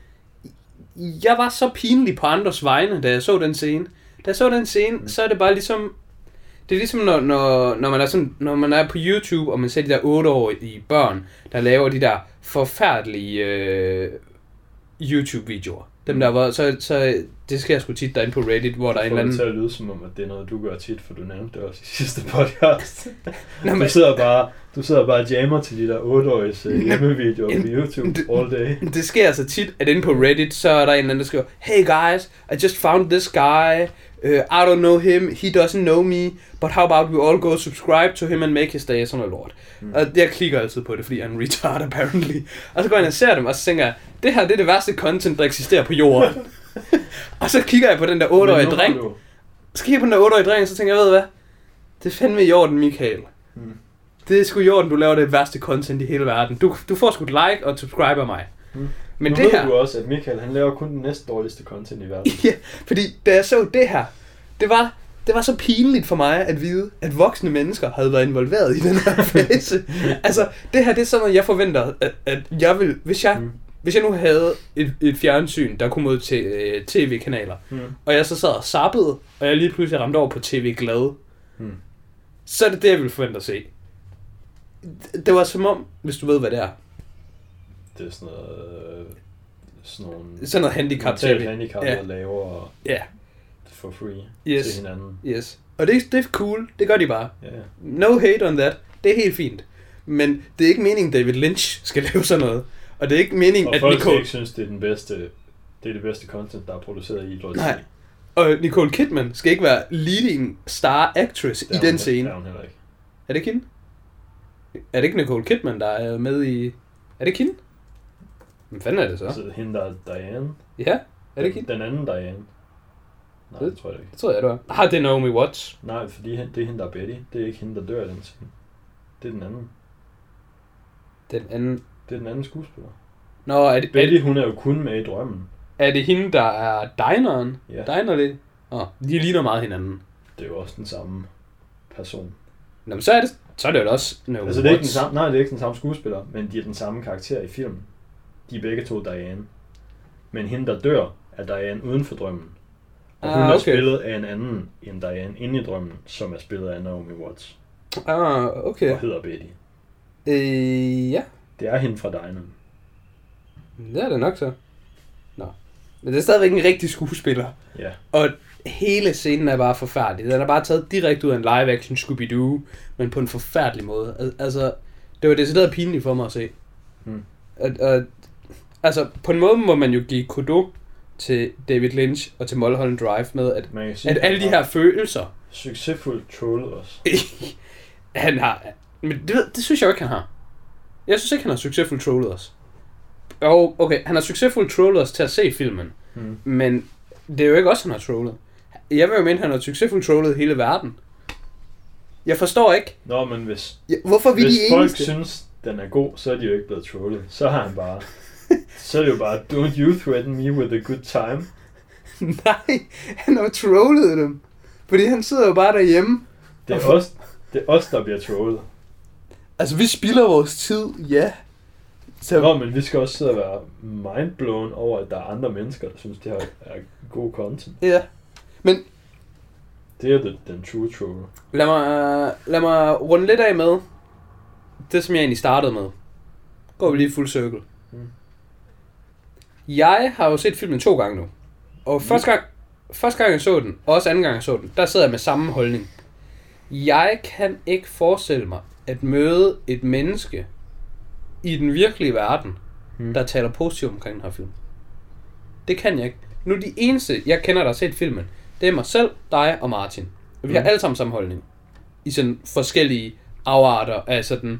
Jeg var så pinlig på andres vegne, da jeg så den scene. Da jeg så den scene, mm. så er det bare ligesom... Det er ligesom, når, når, når, man er sådan, når man er på YouTube, og man ser de der otteårige børn, der laver de der forfærdelige øh, YouTube-videoer. Dem der var, så, så det sker sgu tit derinde på Reddit, hvor der er en eller anden... Det får det til at lyde som om, at det er noget, du gør tit, for du nævnte det også i sidste podcast. Nå, men... Du sidder bare, du sidder bare og jammer til de der otteårige uh, hjemmevideoer på YouTube det, all day. Det sker så tit, at inde på Reddit, så er der en eller anden, der skriver, hey guys, I just found this guy, uh, I don't know him, he doesn't know me, but how about we all go subscribe to him and make his day, sådan noget lort. Mm. Og jeg klikker altid på det, fordi jeg er en retard apparently. Og så går jeg og ser dem, og så tænker jeg, det her det er det værste content, der eksisterer på jorden. Og så kigger jeg på den der otteårige dreng. Så kigger jeg på den der otteårige dreng, og så tænker jeg, ved du hvad? Det er fandme i orden, Michael. Mm. Det er sgu i orden, du laver det værste content i hele verden. Du, du får sgu et like og subscribe af mig. Mm. Men nu det ved her... du også, at Michael han laver kun den næste dårligste content i verden. Ja, fordi da jeg så det her, det var, det var så pinligt for mig at vide, at voksne mennesker havde været involveret i den her fase. Altså, det her det er sådan noget, jeg forventer, at, at jeg vil... Hvis jeg... Mm. Hvis jeg nu havde et, et fjernsyn, der kunne mod til øh, tv-kanaler, mm. og jeg så sad og zappede, og jeg lige pludselig ramte over på tv Glad, mm. så er det det, jeg ville forvente at se. Det, det var som om, hvis du ved, hvad det er. Det er sådan noget... Øh, sådan nogle... Sådan noget handicap-tv. handicap, ja. Der laver ja. For free yes. til hinanden. Yes. Og det, det er cool. Det gør de bare. Yeah. No hate on that. Det er helt fint. Men det er ikke meningen, David Lynch skal lave sådan noget. Og det er ikke meningen, og at folk Nicole... ikke synes, det er den bedste, det er det bedste content, der er produceret i idræt. Nej. Og Nicole Kidman skal ikke være leading star actress i den scene. Det er hun heller ikke. Er det ikke hende? Er det ikke Nicole Kidman, der er med i... Er det ikke hende? Hvad fanden er det så? Altså hende, der er Diane. Ja, er det ikke hende? Den anden Diane. Nej, det, det tror jeg ikke. Det tror jeg, det var. Ah, det er Naomi Watts. Nej, fordi det er hende, der er Betty. Det er ikke hende, der dør i den scene. Det er den anden. Den anden... Det er den anden skuespiller. Nå, er det... Betty, er det, hun er jo kun med i drømmen. Er det hende, der er dineren? Ja. Diner det? Åh, oh, de ligner meget hinanden. Det er jo også den samme person. Nå, men så er det, så er det jo også Naomi altså, det er ikke den samme, nej, det er ikke den samme skuespiller, men de er den samme karakter i filmen. De er begge to Diane. Men hende, der dør, er Diane uden for drømmen. Og hun ah, okay. er spillet af en anden end Diane inde i drømmen, som er spillet af Naomi Watts. Ah, okay. Og hedder Betty. Øh, ja. Det er hende fra Diner. Det er det nok så. Nå. Men det er stadigvæk en rigtig skuespiller. Ja. Og hele scenen er bare forfærdelig. Den er bare taget direkte ud af en live-action Scooby-Doo, men på en forfærdelig måde. Altså, det var decideret pinligt for mig at se. Hmm. Og, og, altså, på en måde må man jo give kudo til David Lynch og til Mulholland Drive med, at, sige, at alle de her følelser... Succesfuldt trollet os. Han har... Men det, det synes jeg ikke, han har. Jeg synes ikke, han har succesfuldt trollet os. Og okay, han har succesfuldt trollet os til at se filmen. Hmm. Men det er jo ikke også, han har trollet. Jeg vil jo mene, han har succesfuldt trollet hele verden. Jeg forstår ikke... Nå, men hvis... Ja, hvorfor vi hvis de folk eneste? synes, den er god, så er de jo ikke blevet trollet. Så har han bare... så er det jo bare, don't you threaten me with a good time. Nej, han har trollet dem. Fordi han sidder jo bare derhjemme. Det er, os, det er os, der bliver trollet. Altså, vi spilder vores tid, ja. Så... Nå, men vi skal også sidde og være mindblown over, at der er andre mennesker, der synes, det her er god content. Ja, men... Det er den, den true troll. Lad mig, uh, lad mig runde lidt af med det, som jeg egentlig startede med. Går vi lige fuld cirkel. Mm. Jeg har jo set filmen to gange nu. Og mm. første gang, første gang jeg så den, og også anden gang jeg så den, der sidder jeg med samme holdning. Jeg kan ikke forestille mig at møde et menneske i den virkelige verden, mm. der taler positivt omkring den her film. Det kan jeg ikke. Nu de eneste, jeg kender, der har set filmen, det er mig selv, dig og Martin. Vi har alle sammen samme holdning. I sådan forskellige afarter af sådan...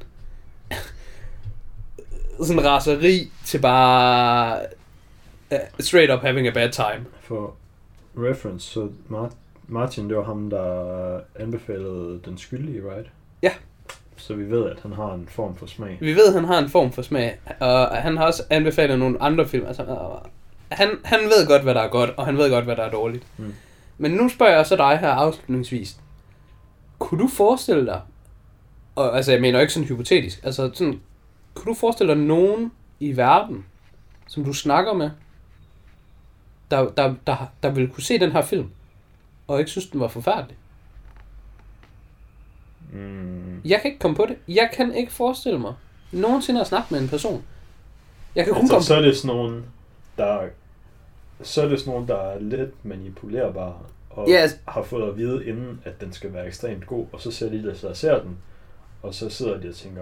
sådan raseri til bare... Uh, straight up having a bad time. For reference, så Martin, det var ham, der anbefalede Den Skyldige, right? Ja. Så vi ved, at han har en form for smag. Vi ved, at han har en form for smag, og han har også anbefalet nogle andre film. Altså, han, han ved godt, hvad der er godt, og han ved godt, hvad der er dårligt. Mm. Men nu spørger jeg så dig her afslutningsvis. Kunne du forestille dig, og altså jeg mener ikke sådan hypotetisk, altså sådan, kunne du forestille dig nogen i verden, som du snakker med, der, der, der, der ville kunne se den her film, og ikke synes, den var forfærdelig? Mm. Jeg kan ikke komme på det. Jeg kan ikke forestille mig nogensinde at snakke med en person. Jeg kan kun altså, komme... så er det sådan nogen, der så er det sådan nogen, der er lidt manipulerbare og yes. har fået at vide inden, at den skal være ekstremt god, og så ser de det, så ser den, og så sidder de og tænker,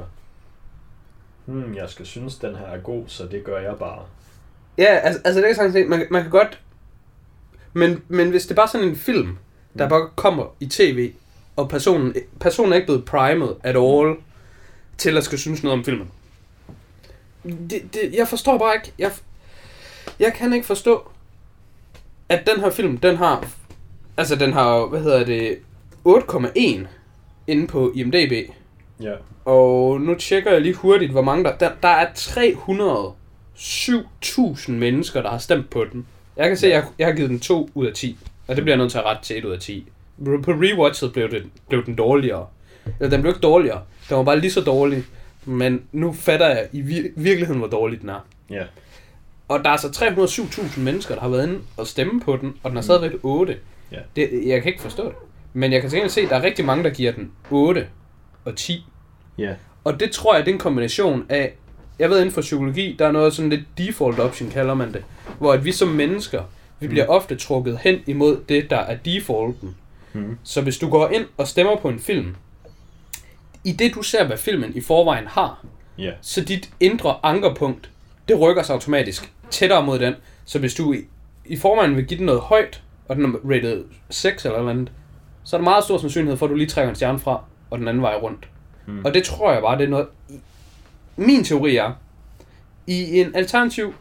hmm, jeg skal synes, den her er god, så det gør jeg bare. Ja, altså, altså det kan sagtens se, man, man kan godt, men, men hvis det er bare sådan en film, der mm. bare kommer i tv, og personen, personen er ikke blevet primet at all, til at skal synes noget om filmen. Det, det, jeg forstår bare ikke, jeg, jeg kan ikke forstå, at den her film, den har, altså den har, hvad hedder det, otte komma en inde på I M D B. Ja. Og nu tjekker jeg lige hurtigt, hvor mange der, der, der er tre hundrede og syv tusind mennesker, der har stemt på den. Jeg kan se, at jeg, jeg har givet den to ud af ti, og det bliver jeg nødt til at rette til et ud af ti. På rewatchet blev, det, blev den dårligere. Eller den blev ikke dårligere, den var bare lige så dårlig, men nu fatter jeg i vir- virkeligheden, hvor dårlig den er. Ja. Og der er så tre hundrede og syv tusind mennesker, der har været inde og stemme på den, og den har stadigvæk otte. Ja. Det, jeg kan ikke forstå det. Men jeg kan sikkert se, at der er rigtig mange, der giver den otte og ti. Ja. Og det tror jeg, det er en kombination af, jeg ved inden for psykologi, der er noget sådan lidt default option, kalder man det, hvor at vi som mennesker, vi bliver mm. ofte trukket hen imod det, der er defaulten. Mm. Så hvis du går ind og stemmer på en film, i det du ser, hvad filmen i forvejen har, yeah. så dit indre ankerpunkt, det rykker sig automatisk tættere mod den. Så hvis du i, i forvejen vil give den noget højt, og den er rated seks eller andet, så er der meget stor sandsynlighed for, at du lige trækker en stjerne fra, og den anden vej rundt. Mm. Og det tror jeg bare, det er noget... Min teori er, i en alternativ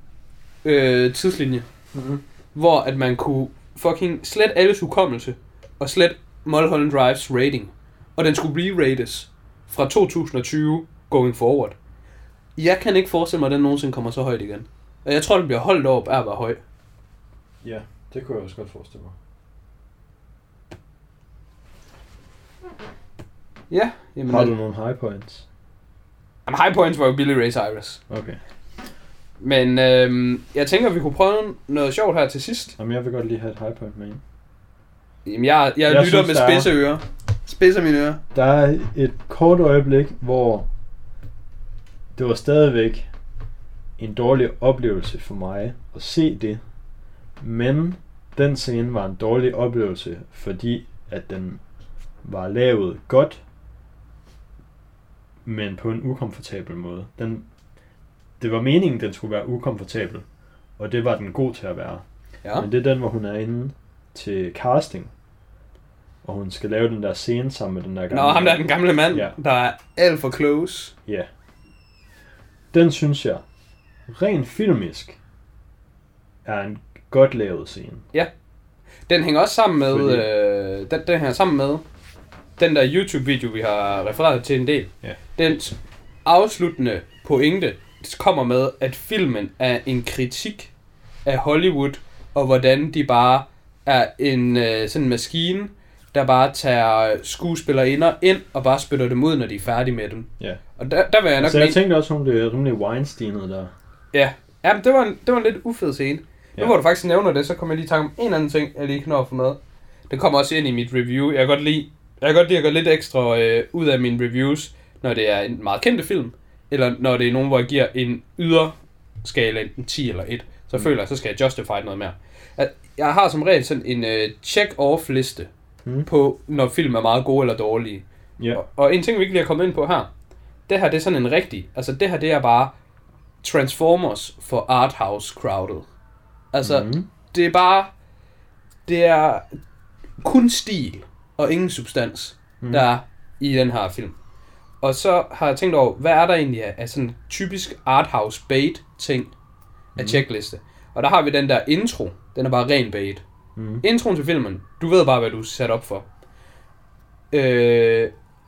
øh, tidslinje, mm-hmm. hvor at man kunne fucking slet alles hukommelse, og slet Mulholland Drives rating, og den skulle re-rates fra to tusind og tyve going forward. Jeg kan ikke forestille mig, at den nogensinde kommer så højt igen. Og jeg tror, den bliver holdt op af at være høj. Ja, det kunne jeg også godt forestille mig. Ja, jamen... Har du nogle high points? Jamen, high points var jo Billy Ray Cyrus. Okay. Men øhm, jeg tænker, vi kunne prøve noget sjovt her til sidst. Jamen, jeg vil godt lige have et high point med en. Jamen, jeg, jeg, jeg lytter synes, med spidse ører. Spidser mine ører. Der er et kort øjeblik, hvor det var stadigvæk en dårlig oplevelse for mig at se det. Men den scene var en dårlig oplevelse, fordi at den var lavet godt, men på en ukomfortabel måde. Den, det var meningen, den skulle være ukomfortabel, og det var den god til at være. Ja. Men det er den, hvor hun er inde til casting, og hun skal lave den der scene sammen med den der gamle... Nå, ham der er den gamle mand, ja. Der er alt for close. Ja. Den synes jeg, rent filmisk, er en godt lavet scene. Ja. Den hænger også sammen med... Fordi... Øh, den, den hænger sammen med den der YouTube-video, vi har refereret til en del. Ja. Den afsluttende pointe kommer med, at filmen er en kritik af Hollywood, og hvordan de bare er en øh, sådan en maskine, der bare tager skuespillerinder ind og bare spytter dem ud, når de er færdige med dem. Ja. Og der, der vil jeg nok... Så jeg tænkte også, hun blev rimelig Weinsteinet der. Ja. Jamen, det var en, det var en lidt ufed scene. Ja. Nu hvor du faktisk nævner det, så kommer jeg lige i tanke om en anden ting, jeg lige knår for med. Det kommer også ind i mit review. Jeg kan godt lide, jeg kan godt lide at gå lidt ekstra øh, ud af mine reviews, når det er en meget kendte film, eller når det er nogen, hvor jeg giver en yderskala, enten ti eller et, så mm. føler jeg, så skal jeg justify noget mere. At jeg har som regel sådan en øh, check-off-liste mm. på, når film er meget gode eller dårlige. Yeah. Og, og en ting, vi ikke lige har kommet ind på her, det her det er sådan en rigtig, altså det her det er bare Transformers for arthouse-crowdet. Altså, mm. det er bare, det er kun stil og ingen substans, mm. der er i den her film. Og så har jeg tænkt over, hvad er der egentlig af, af sådan typisk arthouse bait ting af mm. checkliste. Og der har vi den der intro, den er bare ren bait. Mm. Introen til filmen, du ved bare, hvad du er sat op for. Øh,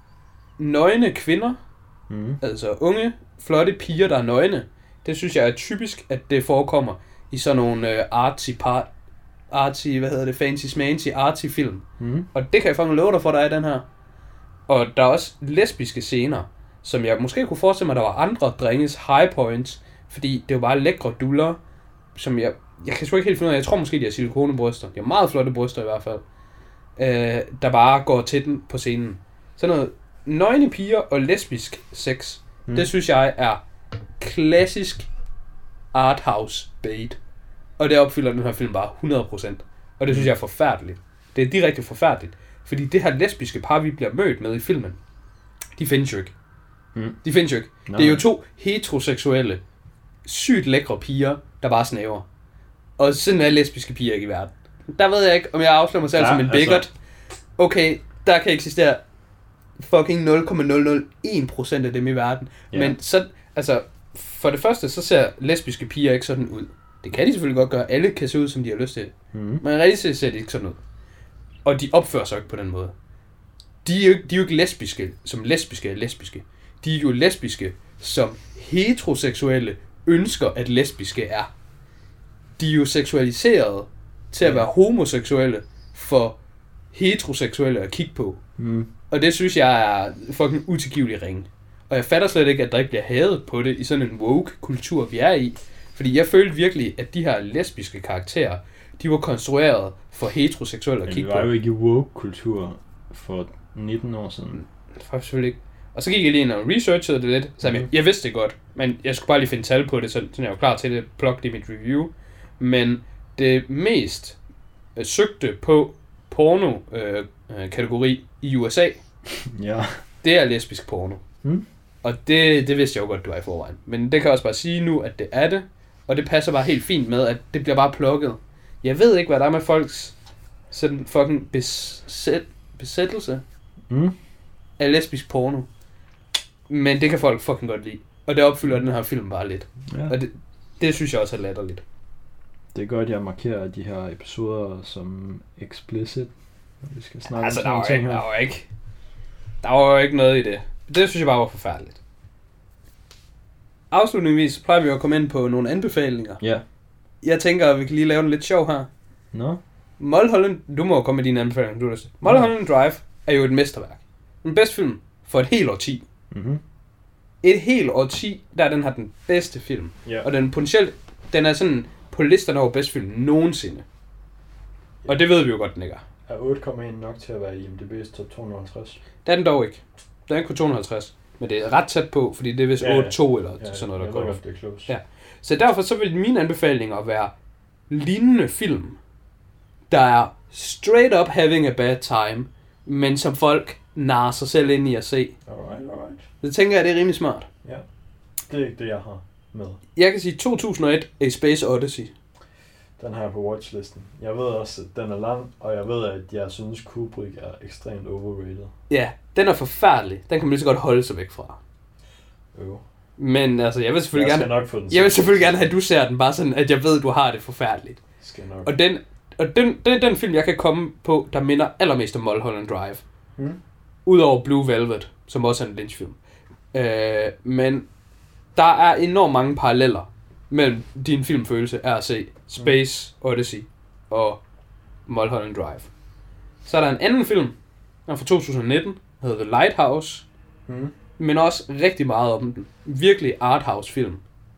nøgne kvinder, mm. altså unge, flotte piger, der er nøgne. Det synes jeg er typisk, at det forekommer i sådan nogle uh, artsy part, artsy, hvad hedder det, fancy smancy, artsy film. Mm. Og det kan jeg faktisk love dig for, der er i den her. Og der er også lesbiske scener, som jeg måske kunne forestille mig, der var andre drenges high points, fordi det var bare lækre duller, som jeg, jeg kan sgu ikke helt finde ud af, jeg tror måske, de har silikonebryster. De har meget flotte bryster i hvert fald, øh, der bare går til den på scenen. Sådan noget nøgne piger og lesbisk sex, mm. det synes jeg er klassisk arthouse bait. Og det opfylder den her film bare hundrede procent. Og det synes jeg er forfærdeligt. Det er direkte forfærdeligt. Fordi det her lesbiske par, vi bliver mødt med i filmen, de findes jo ikke. Mm. De findes jo ikke. No. Det er jo to heteroseksuelle, sygt lækre piger, der bare snæver. Og sådan er lesbiske piger ikke i verden. Der ved jeg ikke, om jeg afslører mig selv ja, som en bigot. Altså. Okay, der kan eksistere fucking nul komma nul nul en procent af dem i verden. Yeah. Men så, altså, for det første, så ser lesbiske piger ikke sådan ud. Det kan de selvfølgelig godt gøre. Alle kan se ud, som de har lyst til. Mm. Men rigtig ser de ikke sådan ud. Og de opfører sig ikke på den måde. De er jo, de er jo ikke lesbiske, som lesbiske er lesbiske. De er jo lesbiske, som heteroseksuelle ønsker, at lesbiske er. De er jo seksualiseret til at være homoseksuelle for heteroseksuelle at kigge på. Mm. Og det synes jeg er fucking utilgivelig ringe. Og jeg fatter slet ikke, at der ikke bliver hadet på det i sådan en woke-kultur, vi er i. Fordi jeg følte virkelig, at de her lesbiske karakterer, de var konstrueret for heteroseksuelle at kigge på. Det var jo ikke woke-kultur for nitten år siden. Faktisk selvfølgelig ikke. Og så gik jeg lige ind og researchede det lidt, så mm. jeg, jeg vidste det godt, men jeg skulle bare lige finde tal på det, så jeg var klar til det, plukke det i mit review. Men det mest øh, søgte på porno-kategori øh, i U S A, ja. Det er lesbisk porno. Mm. Og det, det vidste jeg jo godt, du var i forvejen. Men det kan jeg også bare sige nu, at det er det, og det passer bare helt fint med, at det bliver bare plukket. Jeg ved ikke, hvad der er med folks sådan fucking besæt, besættelse mm. af lesbisk porno. Men det kan folk fucking godt lide. Og det opfylder den her film bare lidt. Ja. Og det, det synes jeg også er latterligt. Det er godt, jeg markerer de her episoder som explicit. Vi skal snakke altså, om der var, ting ikke, her. der var ikke Der var jo ikke noget i det. Det synes jeg bare var forfærdeligt. Afslutningsvis plejer vi at komme ind på nogle anbefalinger. Ja. Jeg tænker, at vi kan lige lave den lidt sjov her. Nå? No. Mulholland, du må jo komme med dine anbefalinger, du har lyst til. Mulholland Drive er jo et mesterværk. Den bedste film for et helt årti. Mhm. Et helt årti, der er den her den bedste film. Yeah. Og den potentielt, den er sådan på listerne over bedste film nogensinde. Yeah. Og det ved vi jo godt, den ikke er. Er otte komma en nok til at være i I M D B's top to hundrede og halvtreds? Det er den dog ikke. Den er ikke på to hundrede og halvtreds. Men det er ret tæt på, fordi det er vist ja, otte komma to eller ja, sådan noget, der går. Det er close. Ja. Så derfor så vil mine anbefalinger være lignende film, der er straight up having a bad time, men som folk narrer sig selv ind i at se. Alright, alright. Det tænker jeg, det er rimelig smart. Ja, det er ikke det, jeg har med. Jeg kan sige to tusind og et A Space Odyssey. Den har jeg på watchlisten. Jeg ved også, at den er lang, og jeg ved, at jeg synes, Kubrick er ekstremt overrated. Ja, den er forfærdelig. Den kan man lige så godt holde sig væk fra. Jo. Men altså, jeg vil selvfølgelig jeg gerne... nok få den jeg vil selvfølgelig gerne have, at du ser den, bare sådan, at jeg ved, at du har det forfærdeligt. Skal nok. Og den, og den, den, den film, jeg kan komme på, der minder allermest om Mulholland Drive. Hmm? Udover Blue Velvet, som også er en Lynch-film. Øh, men der er enormt mange paralleller mellem din filmfølelse af at se Space Odyssey og Mulholland Drive. Så er der en anden film, der er fra to tusind og nitten, der hedder The Lighthouse, mm. men også rigtig meget om den. Virkelig arthouse film.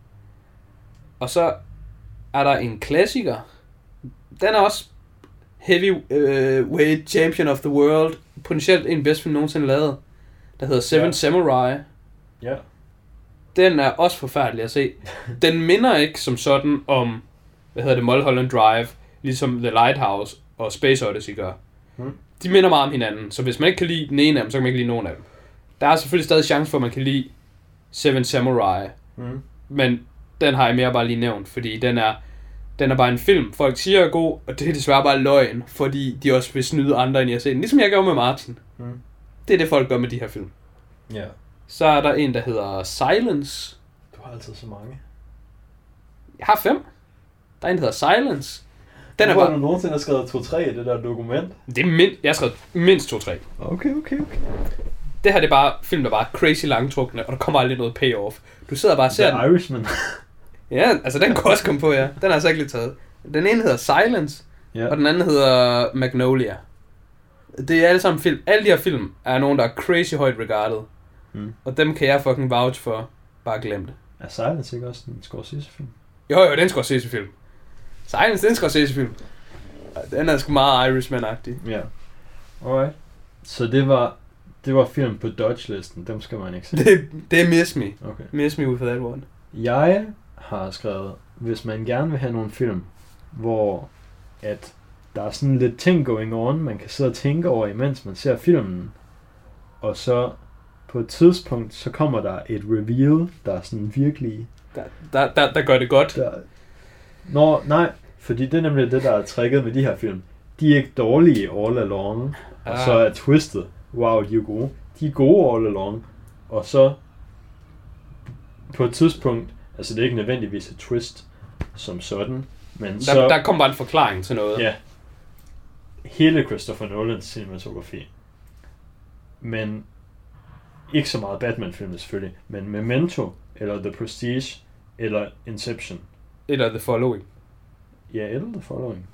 Og så er der en klassiker, den er også heavyweight uh, champion of the world, potentielt en bedste film nogensinde lavet, der hedder Seven yeah. Samurai. Ja. Yeah. Den er også forfærdelig at se. Den minder ikke som sådan om, hvad hedder det, Mulholland Drive, ligesom The Lighthouse og Space Odyssey gør. Hmm. De minder meget om hinanden, så hvis man ikke kan lide den ene af dem, så kan man ikke lide nogen af dem. Der er selvfølgelig stadig chance for, at man kan lide Seven Samurai, hmm. men den har jeg mere bare lige nævnt, fordi den er den er bare en film, folk siger er god, og det er desværre bare løgn, fordi de også vil snyde andre, end jeg ser den. Ligesom jeg gjorde med Martin. Mm. Det er det, folk gør med de her film. Ja. Yeah. Så er der en, der hedder Silence. Du har altid så mange. Jeg har fem. Der er en, der hedder Silence. Den Hvor er har bare... du nogensinde har skrevet to tre i det der dokument? Det er mind... Jeg har skrevet mindst to tre. Okay, okay, okay. Det her det er bare film, der bare er crazy langtrukne, og der kommer aldrig noget payoff. Du sidder bare og ser The Irishman. Ja, altså den kunne også komme på, ja. Den har jeg altså ikke lige taget. Den ene hedder Silence, Ja. og den anden hedder Magnolia. Det er alle sammen film. Alle de her film er nogen, der er crazy højt regarded. Mm. Og dem kan jeg fucking vouch for. Bare glem det. Er Silence ikke også en Scorsese-film? Jo, jo, den skal også ses i film. Silence, den skal også ses i film. Den er sgu meget Irishman-agtig. Ja. Alright. Så det var, det var film på Dodge-listen. Dem skal man ikke se. Det, det er Miss Me. Okay. Miss Me with that one. Jeg har skrevet, hvis man gerne vil have nogle film, hvor at der er sådan lidt ting going on, man kan sidde og tænke over, imens man ser filmen, og så på et tidspunkt, så kommer der et reveal, der er sådan virkelig... Der, der, der, der gør det godt. Der... Nå, nej, fordi det er nemlig det, der er tricket med de her film. De er ikke dårlige all along, og Ah. så er twistet. Wow, de er gode. De er gode all along, og så på et tidspunkt, altså det er ikke nødvendigvis et twist som sådan, men Der, så... der kommer bare en forklaring til noget. Ja. Hele Christopher Nolans cinematografi. Men ikke så meget Batman-filmen selvfølgelig, men Memento, eller The Prestige, eller Inception. Eller The Following. Ja, eller The Following.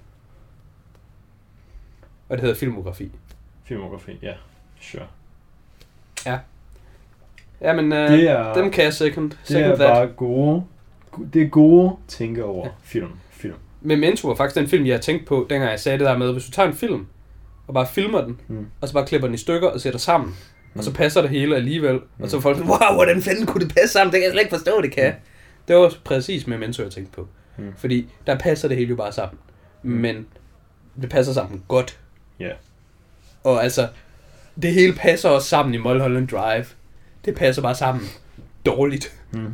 Og det hedder filmografi. Filmografi, ja. Sure. Ja. Jamen, øh, Det er- dem kan jeg second. Det second er that. bare gode, det er gode tænke over Ja. film. film. Memento var faktisk den film, jeg tænkte på, dengang jeg sagde det der med, hvis du tager en film, og bare filmer den, Mm. og så bare klipper den i stykker og sætter sammen, mm. og så Mm. passer det hele alligevel, mm. og så er folk sådan, wow, hvordan fanden kunne det passe sammen? Det kan jeg slet ikke forstå, det kan. Mm. Det var præcis Memento, jeg tænkte på. Mm. Fordi der passer det hele jo bare sammen. Mm. Men det passer sammen godt. Ja. Yeah. Og altså, det hele passer også sammen i Mulholland Drive. Det passer bare sammen dårligt. Mm.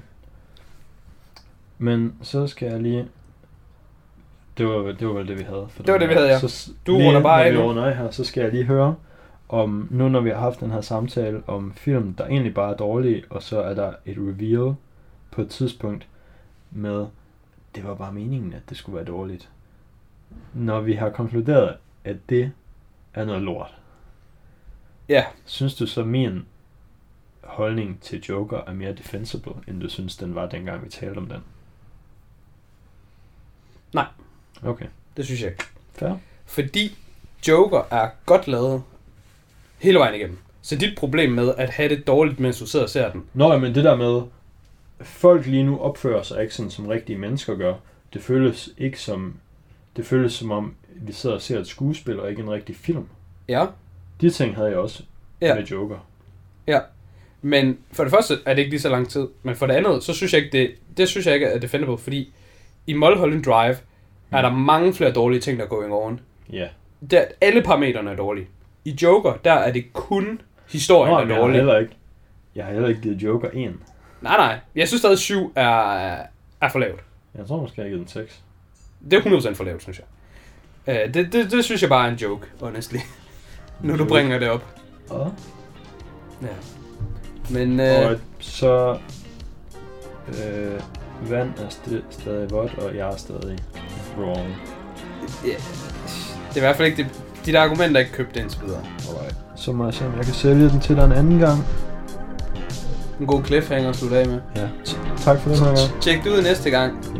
Men så skal jeg lige... Det var, det var vel det, vi havde. For Det var det, vi havde, ja. Så, Du lige, runder bare når af vi nu. runder af her, så skal jeg lige høre, om nu når vi har haft den her samtale om film, der egentlig bare er dårlige, og så er der et reveal på et tidspunkt med, det var bare meningen, at det skulle være dårligt. Når vi har konkluderet, at det er noget lort, Ja, synes du så min holdning til Joker er mere defensible, end du synes, den var dengang, vi talte om den? Nej. Okay, det synes jeg ikke. fair. Fordi Joker er godt lavet hele vejen igennem. Så dit problem med at have det dårligt, mens du sidder og ser den. Nå, men det der med, folk lige nu opfører sig ikke sådan, som rigtige mennesker gør. Det føles ikke som, det føles som om, vi sidder og ser et skuespil, og ikke en rigtig film. Ja, De ting havde jeg også Ja. med Joker. ja. Men for det første er det ikke lige så lang tid. Men for det andet, så synes jeg ikke, det, det synes jeg ikke er defendable. Fordi i Mulholland Drive er der mange flere dårlige ting, der er going on. Ja. Der, alle parametrene er dårlige. I Joker, der er det kun historien, Nå, der men er jeg har dårlig. heller ikke, jeg har heller ikke givet Joker en. Nej, nej. Jeg synes stadig syv er, er for lavt. Jeg tror måske, jeg har givet den seks. Det er hundrede procent for lavt, synes jeg. Uh, det, det, det synes jeg bare er en joke, honestly. Nu du Joke. bringer det op. Og, Ja. Men uh, og så... Øh, vand er st- stadig vådt, og jeg er stadig wrong. yeah. det er i hvert fald ikke det, dit argument er ikke købt indtil videre. Alright. Så må jeg se, om jeg kan sælge den til dig en anden gang. En god cliffhanger at slutte af med. Ja. T- tak for den her gang. Tjek det ud næste gang.